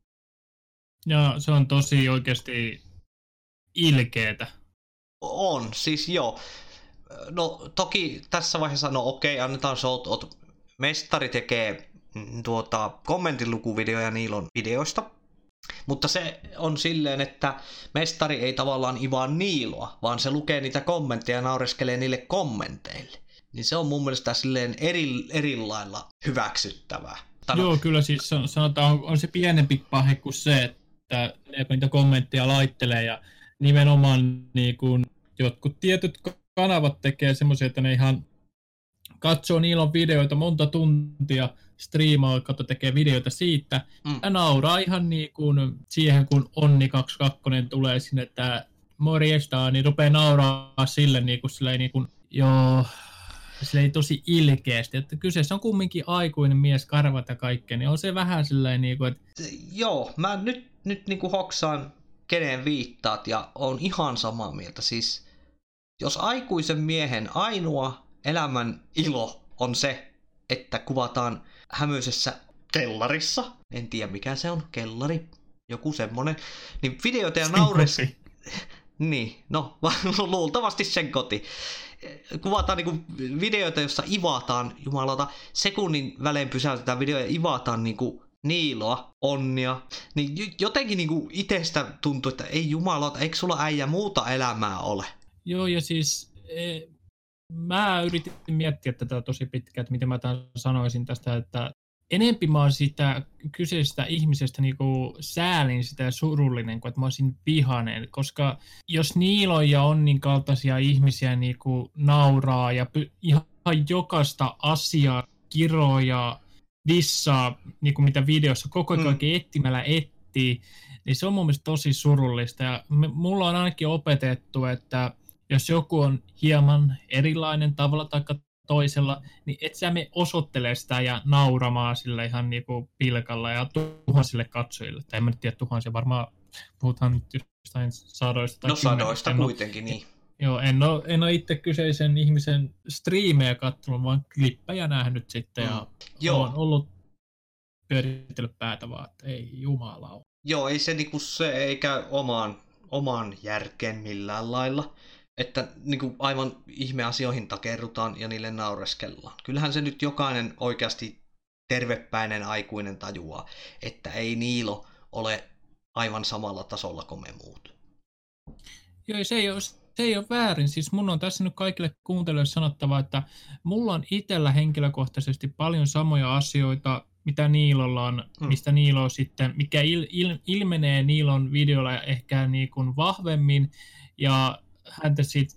Ja se on tosi oikeasti ilkeetä. On, siis joo. No toki tässä vaiheessa, no okei, annetaan shout-out. Mestari tekee kommentinlukuvideoja Niilon videoista. Mutta se on silleen, että mestari ei tavallaan ivaa Niiloa, vaan se lukee niitä kommentteja ja naureskelee niille kommenteille. Niin se on mun mielestä silleen eri lailla hyväksyttävää. Joo, kyllä siis sanotaan, on se pienempi pahe kuin se, että niitä kommentteja laittelee ja nimenomaan niin kuin jotkut tietyt kanavat tekee semmoisia, että ne ihan katsoo Niilon videoita monta tuntia, striimaa, tekee videoita siitä, ja nauraa ihan niin kuin siihen, kun Onni22 tulee sinne, että morjesta, niin rupeaa nauraa sille niin kuin joo, silleen tosi ilkeästi, että kyseessä on kumminkin aikuinen mies, karvat ja kaikkea, niin on se vähän silleen niin kuin, että... Joo, mä nyt niin kuin hoksaan, kenen viittaat, ja on ihan samaa mieltä, siis jos aikuisen miehen ainoa elämän ilo on se, että kuvataan hämyisessä kellarissa, en tiedä mikä se on, kellari, joku semmonen, niin videoita ja nauresi... Niin, no luultavasti sen koti. Kuvataan niinku videoita, jossa ivataan, jumalauta, sekunnin välein pysäytetään video ja ivataan niinku Niiloa, Onnia, niin jotenkin niinku itsestä tuntuu, että ei jumalauta, eikö sulla äijä muuta elämää ole? Joo, ja siis mä yritin miettiä tätä tosi pitkään, että miten mä tämän sanoisin tästä, että enempi mä oon sitä kyseisestä ihmisestä niinku säälin sitä surullinen, kuin että mä olisin vihainen, koska jos Niilon ja Onnin kaltaisia ihmisiä niinku nauraa ja ihan jokaista asiaa, kiroja, dissaa, niinku mitä videossa koko ajan etsimällä etsii, niin se on mun mielestä tosi surullista. Ja mulla on ainakin opetettu, että jos joku on hieman erilainen tavalla tai toisella, niin et sä me osoittele sitä ja nauramaan sillä ihan niinku pilkalla ja tuhansille katsojille. Tai en mä nyt tiedä tuhansia, varmaan puhutaan nyt jostain sadoista tai sadoista kuitenkin, niin. Joo, en ole itse kyseisen ihmisen striimejä katsonut, vaan klippejä nähnyt sitten ja olen ollut pyöritellyt päätä vaan, että ei jumala. Joo, ei se niinku se ei käy omaan järkeen millään lailla. Että niinku aivan ihmeasioihin takerrutaan ja niille naureskellaan. Kyllähän se nyt jokainen oikeasti tervepäinen aikuinen tajuaa, että ei Niilo ole aivan samalla tasolla kuin me muut. Joo, se ei ole väärin. Siis mun on tässä nyt kaikille kuuntelijoille sanottava, että mulla on itsellä henkilökohtaisesti paljon samoja asioita, mitä Niilolla on, mistä Niilo sitten, mikä ilmenee Niilon videolla ehkä niin kuin vahvemmin, ja häntä niistä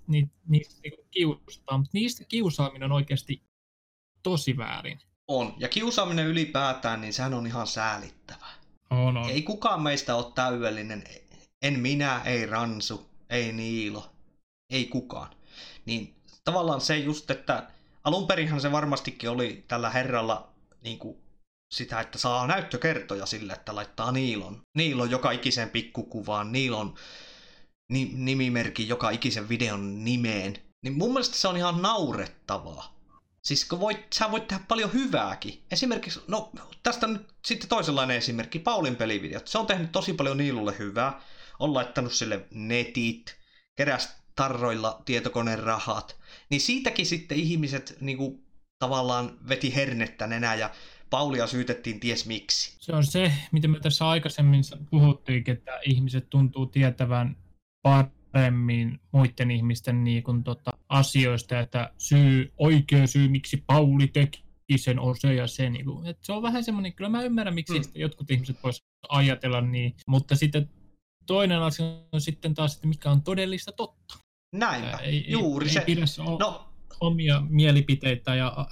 kiusataan, mutta niistä kiusaaminen on oikeasti tosi väärin. On, ja kiusaaminen ylipäätään, niin sehän on ihan säälittävää. On. Ei kukaan meistä ole täydellinen, en minä, ei Ransu, ei Niilo, ei kukaan. Niin tavallaan se just, että alunperinhän se varmastikin oli tällä herralla niin kuin sitä, että saa näyttökertoja sille, että laittaa Niilon joka ikisen pikkukuvaan, Niilon nimimerkin joka ikisen videon nimeen. Niin mun mielestä se on ihan naurettavaa. Siis kun sä voit tehdä paljon hyvääkin. Esimerkiksi, no tästä nyt sitten toisenlainen esimerkki, Paulin pelivideot. Se on tehnyt tosi paljon Niilulle hyvää. On laittanut sille netit, keräs tarroilla tietokonerahat, niin siitäkin sitten ihmiset niinku tavallaan veti hernettä nenää ja Paulia syytettiin ties miksi. Se on se, mitä me tässä aikaisemmin puhuttiinkin, että ihmiset tuntuu tietävän paremmin muiden ihmisten asioista, että oikea syy, miksi Pauli teki sen on se ja se. Että se on vähän semmoinen, kyllä mä ymmärrän, miksi jotkut ihmiset voisivat ajatella niin, mutta sitten toinen asia on sitten taas, että mikä on todellista totta. Näinpä, juuri ei se. Pidä omia mielipiteitä ja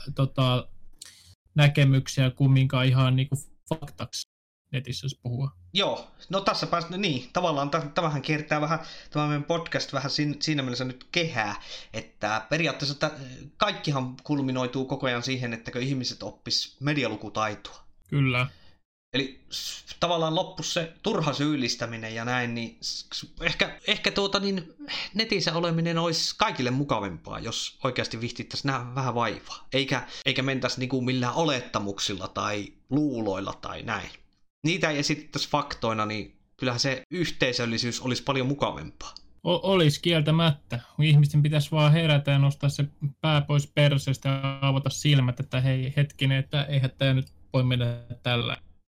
näkemyksiä kumminkaan ihan niinku faktaksi netissä puhua. Joo, no tässä päästä, niin, tavallaan tämähän kiertää vähän, tämä meidän podcast vähän siinä mielessä nyt kehää, että periaatteessa kaikkihan kulminoituu koko ajan siihen, että ihmiset oppis medialukutaitoa. Kyllä. Eli tavallaan loppus se turha syyllistäminen ja näin, niin ehkä netissä oleminen olisi kaikille mukavampaa, jos oikeasti vihtittäisiin nähdä vähän vaivaa. Eikä mentäisi niinku millään olettamuksilla tai luuloilla tai näin. Niitä ei esitettäisi faktoina, niin kyllähän se yhteisöllisyys olisi paljon mukavampaa. Olisi kieltämättä. Ihmisten pitäisi vaan herätä ja nostaa se pää pois perseestä ja avata silmät, että hei hetkinen, että eihän tämä nyt voi mennä tällä.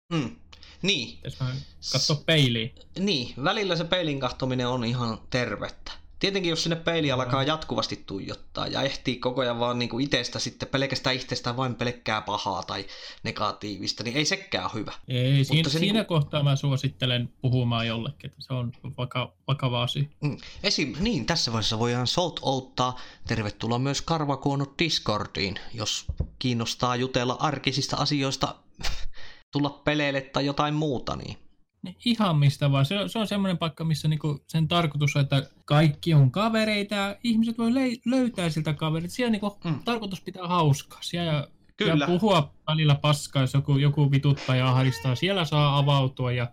Niin. Katso peiliin. Niin, välillä se peilin katsominen on ihan tervettä. Tietenkin jos sinne peiliin alkaa jatkuvasti tuijottaa ja ehtii koko ajan vaan niinku itsestä sitten pelkästään itsestään vain pelkkää pahaa tai negatiivista, niin ei sekään ole hyvä. Ei, siinä kohtaa mä suosittelen puhumaan jollekin, että se on vakava asia. Niin, tässä vaiheessa voidaan shout-outtaa. Tervetuloa myös Karvakuonot Discordiin, jos kiinnostaa jutella arkisista asioista, tulla peleille tai jotain muuta, niin. Ihan mistä vaan. Se on semmoinen paikka, missä niinku sen tarkoitus on, että kaikki on kavereita ja ihmiset voi löytää siltä kavereita. Siellä niinku tarkoitus pitää hauskaa. Siellä ja puhua välillä paskaa, jos joku vituttaa ja ahdistaa. Siellä saa avautua ja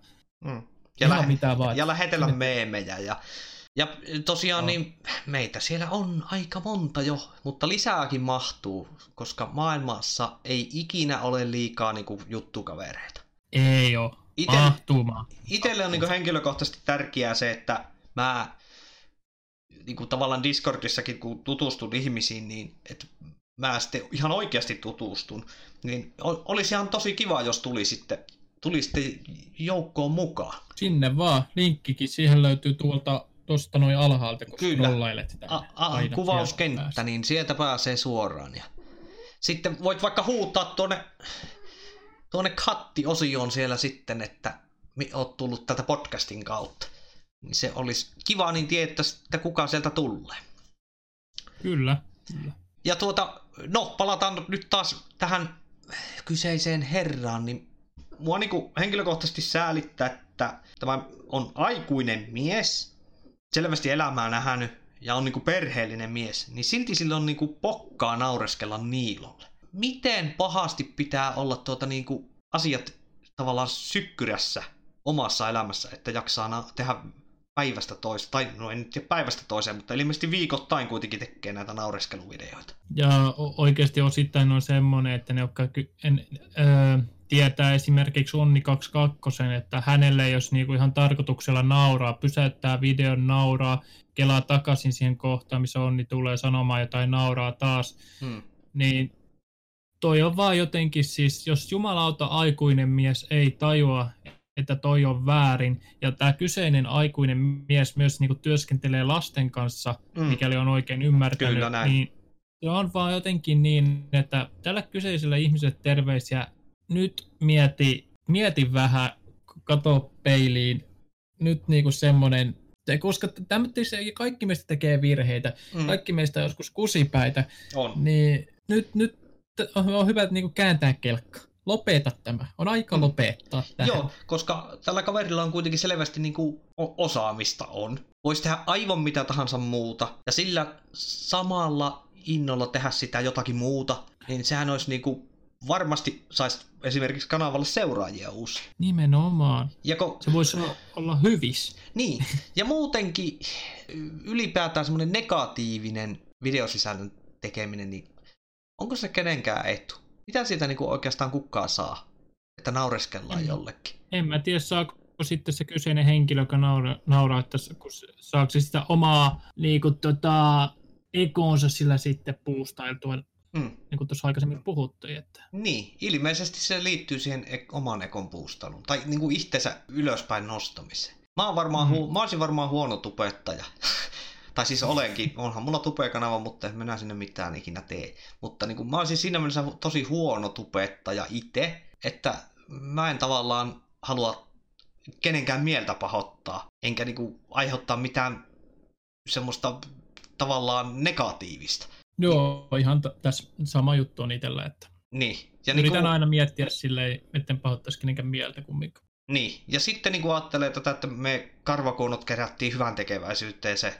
mitä vaan. Ja lähetellä meemejä. Ja tosiaan niin meitä siellä on aika monta jo, mutta lisääkin mahtuu, koska maailmassa ei ikinä ole liikaa niinku juttukavereita. Ei oo. Itselle on niin henkilökohtaisesti tärkeää se, että mä niin tavallaan Discordissakin kun tutustun ihmisiin, niin että mä sitten ihan oikeasti tutustun, niin olisi ihan tosi kiva, jos tulisitte joukkoon mukaan. Sinne vaan. Linkkikin siihen löytyy tuosta noin alhaalta, kun rollailet sitä. Kuvauskenttä, niin sieltä pääsee suoraan. Ja sitten voit vaikka huutaa tuonne katti-osioon siellä sitten, että oot tullut tältä podcastin kautta. Niin se olisi kiva, niin tietäisi, että kuka sieltä tulee. Kyllä. Ja palataan nyt taas tähän kyseiseen herraan, niin mua niinku henkilökohtaisesti säälittää, että tämä on aikuinen mies, selvästi elämää nähnyt ja on niinku perheellinen mies, niin silti sillä on niinku pokkaa naureskella Niilolle. Miten pahasti pitää olla niinku asiat tavallaan sykkyrässä omassa elämässä, että jaksaa tehdä päivästä toiseen, tai no en nyt tiedä päivästä toiseen, mutta ilmeisesti viikoittain kuitenkin tekee näitä naureskeluvideoita. Ja oikeasti osittain on semmoinen, että ne jotka tietää esimerkiksi Onni 22, että hänelle jos niinku ihan tarkoituksella nauraa, pysäyttää videon, nauraa, kelaa takaisin siihen kohtaan, missä Onni tulee sanomaan jotain, nauraa taas, niin toi on vaan jotenkin siis, jos jumalauta aikuinen mies ei tajua, että toi on väärin, ja tämä kyseinen aikuinen mies myös niinku työskentelee lasten kanssa, mikäli on oikein ymmärtänyt, niin se on vaan jotenkin niin, että tällä kyseisellä ihmiselle terveisiä, nyt mieti vähän, kato peiliin, nyt niinku semmoinen, koska kaikki meistä tekee virheitä, kaikki meistä on joskus kusipäitä, niin nyt on hyvä niinku kääntää kelkka. Lopeta tämä. On aika lopettaa tähän. Joo, koska tällä kaverilla on kuitenkin selvästi niinku osaamista on. Voisi tehdä aivan mitä tahansa muuta. Ja sillä samalla innolla tehdä sitä jotakin muuta, niin sehän olisi niinku varmasti saisi esimerkiksi kanavalle seuraajia uusi. Nimenomaan. Se voisi olla hyvis. Niin. Ja muutenkin ylipäätään semmoinen negatiivinen videosisällön tekeminen, niin onko se kenenkään etu? Mitä siitä niinku oikeastaan kukaan saa, että naureskellaan jollekin? En mä tiedä, saako sitten se kyseinen henkilö, joka nauraa, että kun saako se sitä omaa ekoonsa sillä sitten puustailtua, niin kuin tuossa aikaisemmin puhuttiin. Että... Niin, ilmeisesti se liittyy siihen oman ekon puustaluun, tai niin kuin itsensä ylöspäin nostamiseen. Mä olisin varmaan huono tubettaja. Tai siis olenkin, onhan mulla tubekanava, mutta en minä sinne mitään ikinä tee. Mutta niin kuin, mä olisin siinä mielessä tosi huono tubettaja itse, että mä en tavallaan halua kenenkään mieltä pahoittaa, enkä niin kuin aiheuttaa mitään semmoista tavallaan negatiivista. Joo, ihan tässä sama juttu on itsellä, että niin. Ja yritän aina miettiä silleen, etten pahoittaisi kenenkään mieltä kumminkaan. Niin, ja sitten niin kuin ajattelee että me karvakuonot kerättiin hyvän tekeväisyyteen se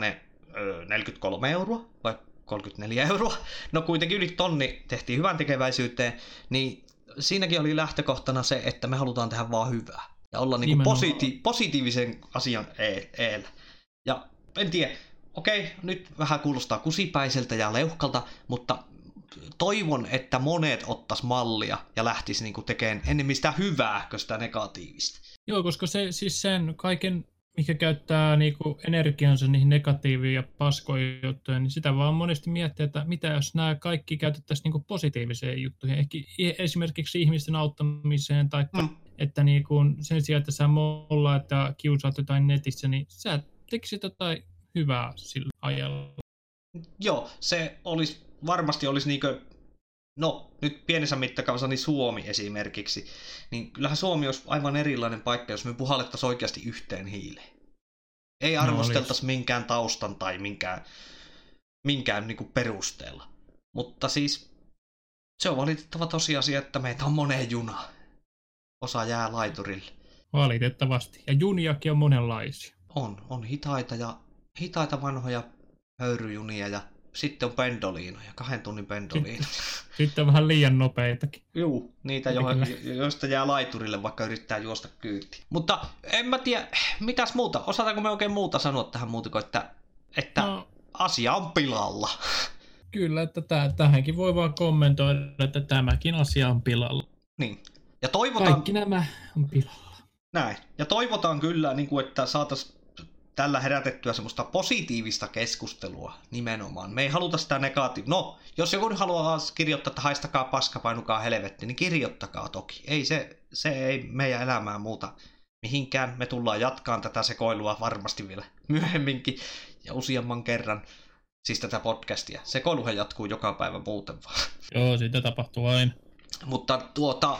1043 euroa vai 34 euroa. No kuitenkin yli tonni tehtiin hyvän tekeväisyyteen, niin siinäkin oli lähtökohtana se, että me halutaan tehdä vaan hyvää. Ja olla niin kuin positiivisen asian eellä. Ja en tiedä, okei, nyt vähän kuulostaa kusipäiseltä ja leuhkalta, mutta toivon, että monet ottais mallia ja lähtis niinku tekemään enemmän sitä hyvää kuin sitä negatiivista. Joo, koska se siis sen kaiken, mikä käyttää niinku energiansa niihin negatiiviin ja paskoihin juttuihin, niin sitä vaan monesti miettii, että mitä jos nämä kaikki käytettäisiin niinku positiiviseen juttuihin, ehkä esimerkiksi ihmisten auttamiseen, tai että niinku sen sijaan, että sä mollaat ja kiusaat jotain netissä, niin sä tekisit jotain hyvää sillä ajalla. Joo, se varmasti olisi niinkö, no nyt pienessä mittakaavassa niin Suomi esimerkiksi, niin kyllähän Suomi olisi aivan erilainen paikka, jos me puhallettaisiin oikeasti yhteen hiileen. Ei arvosteltaisi minkään taustan tai minkään niin kuin perusteella. Mutta siis se on valitettava tosiasia, että meitä on moneen junaan. Osa jää laiturille. Valitettavasti. Ja juniakin on monenlaisia. On hitaita vanhoja höyryjunia ja sitten on pendoliinoja, 2 tunnin pendoliinoja. Sitten on vähän liian nopeitakin. Juu, niitä joista jää laiturille, vaikka yrittää juosta kyytiin. Mutta en mä tiedä, mitäs muuta? Osataanko me oikein muuta sanoa tähän muuta kuin, että asia on pilalla? Kyllä, että tähänkin voi vaan kommentoida, että tämäkin asia on pilalla. Niin. Ja toivotaan... Kaikki nämä on pilalla. Näin. Ja toivotaan kyllä, että saataisiin tällä herätettyä semmoista positiivista keskustelua nimenomaan. Me ei haluta sitä negatiivista. No, jos joku haluaa kirjoittaa, että haistakaa paska, painukaa helvetti, niin kirjoittakaa toki. Ei se ei meidän elämää muuta mihinkään. Me tullaan jatkaan tätä sekoilua varmasti vielä myöhemminkin ja useamman kerran. Siis tätä podcastia. Sekoiluhan jatkuu joka päivä muuten vaan. Joo, siitä tapahtuu aina. Mutta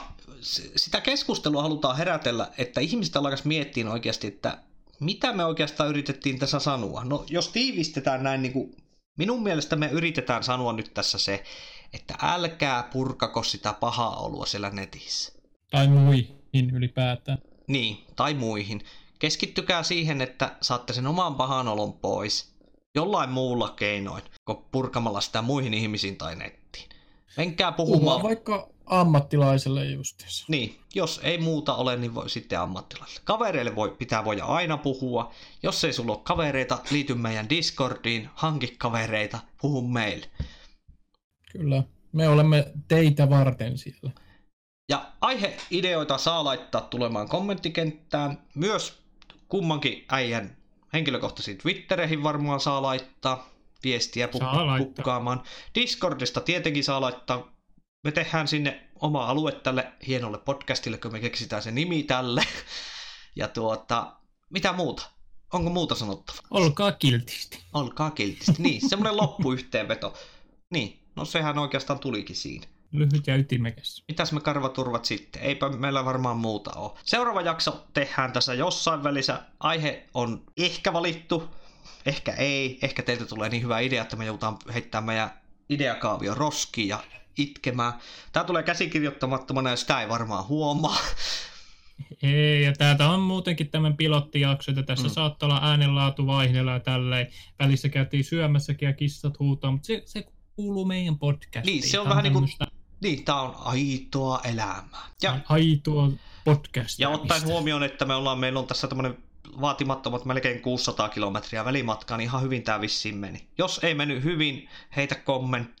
sitä keskustelua halutaan herätellä, että ihmiset alkaisi miettiä oikeasti, että mitä me oikeastaan yritettiin tässä sanoa? No, jos tiivistetään näin, niin kuin minun mielestä me yritetään sanoa nyt tässä se, että älkää purkako sitä pahaa olua siellä netissä. Tai muihin ylipäätään. Niin, tai muihin. Keskittykää siihen, että saatte sen oman pahan olon pois jollain muulla keinoin, kuin purkamalla sitä muihin ihmisiin tai nettiin. Menkää puhumaan. Vaikka ammattilaiselle justiinsa. Niin, jos ei muuta ole, niin voi sitten ammattilaiselle. Kavereille pitää voida aina puhua. Jos ei sulla ole kavereita, liity meidän Discordiin, hanki kavereita, puhu meille. Kyllä, me olemme teitä varten siellä. Ja aiheideoita saa laittaa tulemaan kommenttikenttään. Myös kummankin äijän henkilökohtaisiin Twittereihin varmaan saa laittaa viestiä pukkaamaan. Discordista tietenkin saa laittaa. Me tehdään sinne oma alue tälle hienolle podcastille, kun me keksitään se nimi tälle. Ja mitä muuta? Onko muuta sanottavaa? Olkaa kiltisti. Olkaa kiltisti, niin, semmoinen loppuyhteenveto. Niin, no sehän oikeastaan tulikin siinä. Lyhyt ja ytimekäs. Mitäs me karvaturvat sitten? Eipä meillä varmaan muuta ole. Seuraava jakso tehdään tässä jossain välissä. Aihe on ehkä valittu, ehkä ei. Ehkä teiltä tulee niin hyvä idea, että me joudutaan heittämään meidän ideakaavio roskiin ja itkemään. Tää tulee käsikirjoittamattomana ja sitä ei varmaan huomaa. Ei, ja täältä on muutenkin tämän pilottijakso, että tässä saattaa olla äänenlaatu vaihdella ja tälleen. Välissä käytiin syömässäkin ja kissat huutaa, mutta se kuuluu meidän podcastiin. Niin, se on vähän niin kuin, niin, tää on aitoa elämää. Ja aitoa podcastia. Ja ottaen huomioon, että meillä on tässä tämmönen vaatimattomat melkein 600 kilometriä välimatkaa, niin ihan hyvin tää vissiin meni. Jos ei mennyt hyvin, heitä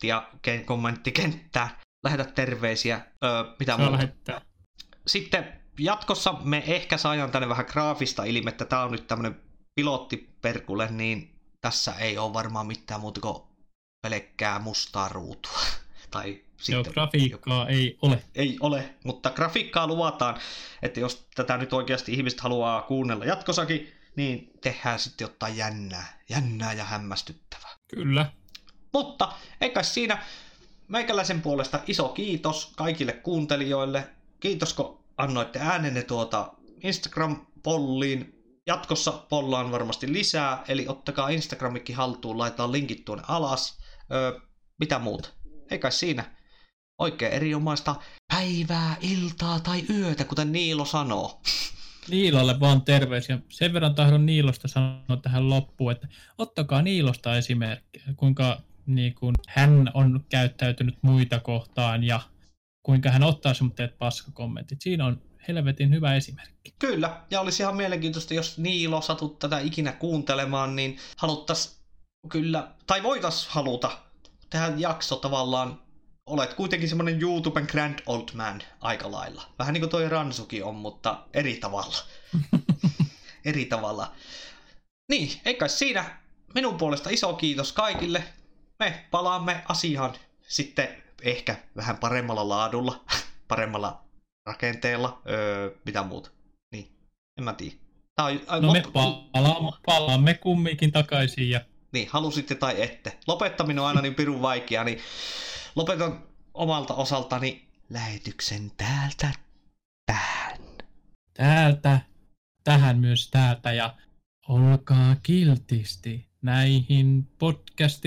kommenttikenttään, lähetä terveisiä, mitä muuta. Lähettää. Sitten jatkossa me ehkä saadaan tänne vähän graafista ilmettä. Tää on nyt tämmönen pilottiperkule, niin tässä ei ole varmaan mitään muuta kuin pelkkää mustaa ruutua. Tai joo, sitten grafiikkaa ei ole. Ei ole, mutta grafiikkaa luvataan, että jos tätä nyt oikeasti ihmiset haluaa kuunnella jatkossakin, niin tehdään sitten jotain jännää ja hämmästyttävää. Kyllä. Mutta eikä siinä meikäläisen puolesta iso kiitos kaikille kuuntelijoille. Kiitos, kun annoitte äänenne Instagram-polliin. Jatkossa pollaan varmasti lisää, eli ottakaa Instagramikin haltuun, laitetaan linkit tuonne alas. Mitä muuta? Eikä siinä. Oikein erinomaista päivää, iltaa tai yötä, kuten Niilo sanoo. Niilolle vaan terveisiä. Sen verran tahdon Niilosta sanoa tähän loppuun, että ottakaa Niilosta esimerkkiä, kuinka niin kuin hän on käyttäytynyt muita kohtaan ja kuinka hän ottaa semmoiset paskakommentit. Siinä on helvetin hyvä esimerkki. Kyllä, ja olisi ihan mielenkiintoista, jos Niilo satut tätä ikinä kuuntelemaan, niin haluttais kyllä, tai voitais haluta tehdä jakso tavallaan. Olet kuitenkin semmonen YouTuben grand old man aika lailla. Vähän niin kuin toi Ransuki on, mutta eri tavalla. Eri tavalla. Niin, eikä siinä minun puolesta iso kiitos kaikille. Me palaamme asiaan sitten ehkä vähän paremmalla laadulla, paremmalla rakenteella, mitä muuta. Niin, en mä tiedä. No me palaamme kumminkin takaisin ja... Niin, halusitte tai ette. Lopettaminen on aina niin pirun vaikea, niin lopetan omalta osaltani lähetyksen täältä tähän. Täältä, tähän myös täältä ja olkaa kiltisti näihin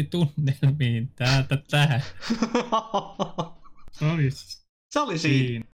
podcastitunnelmiin täältä tähän. Se oli siinä.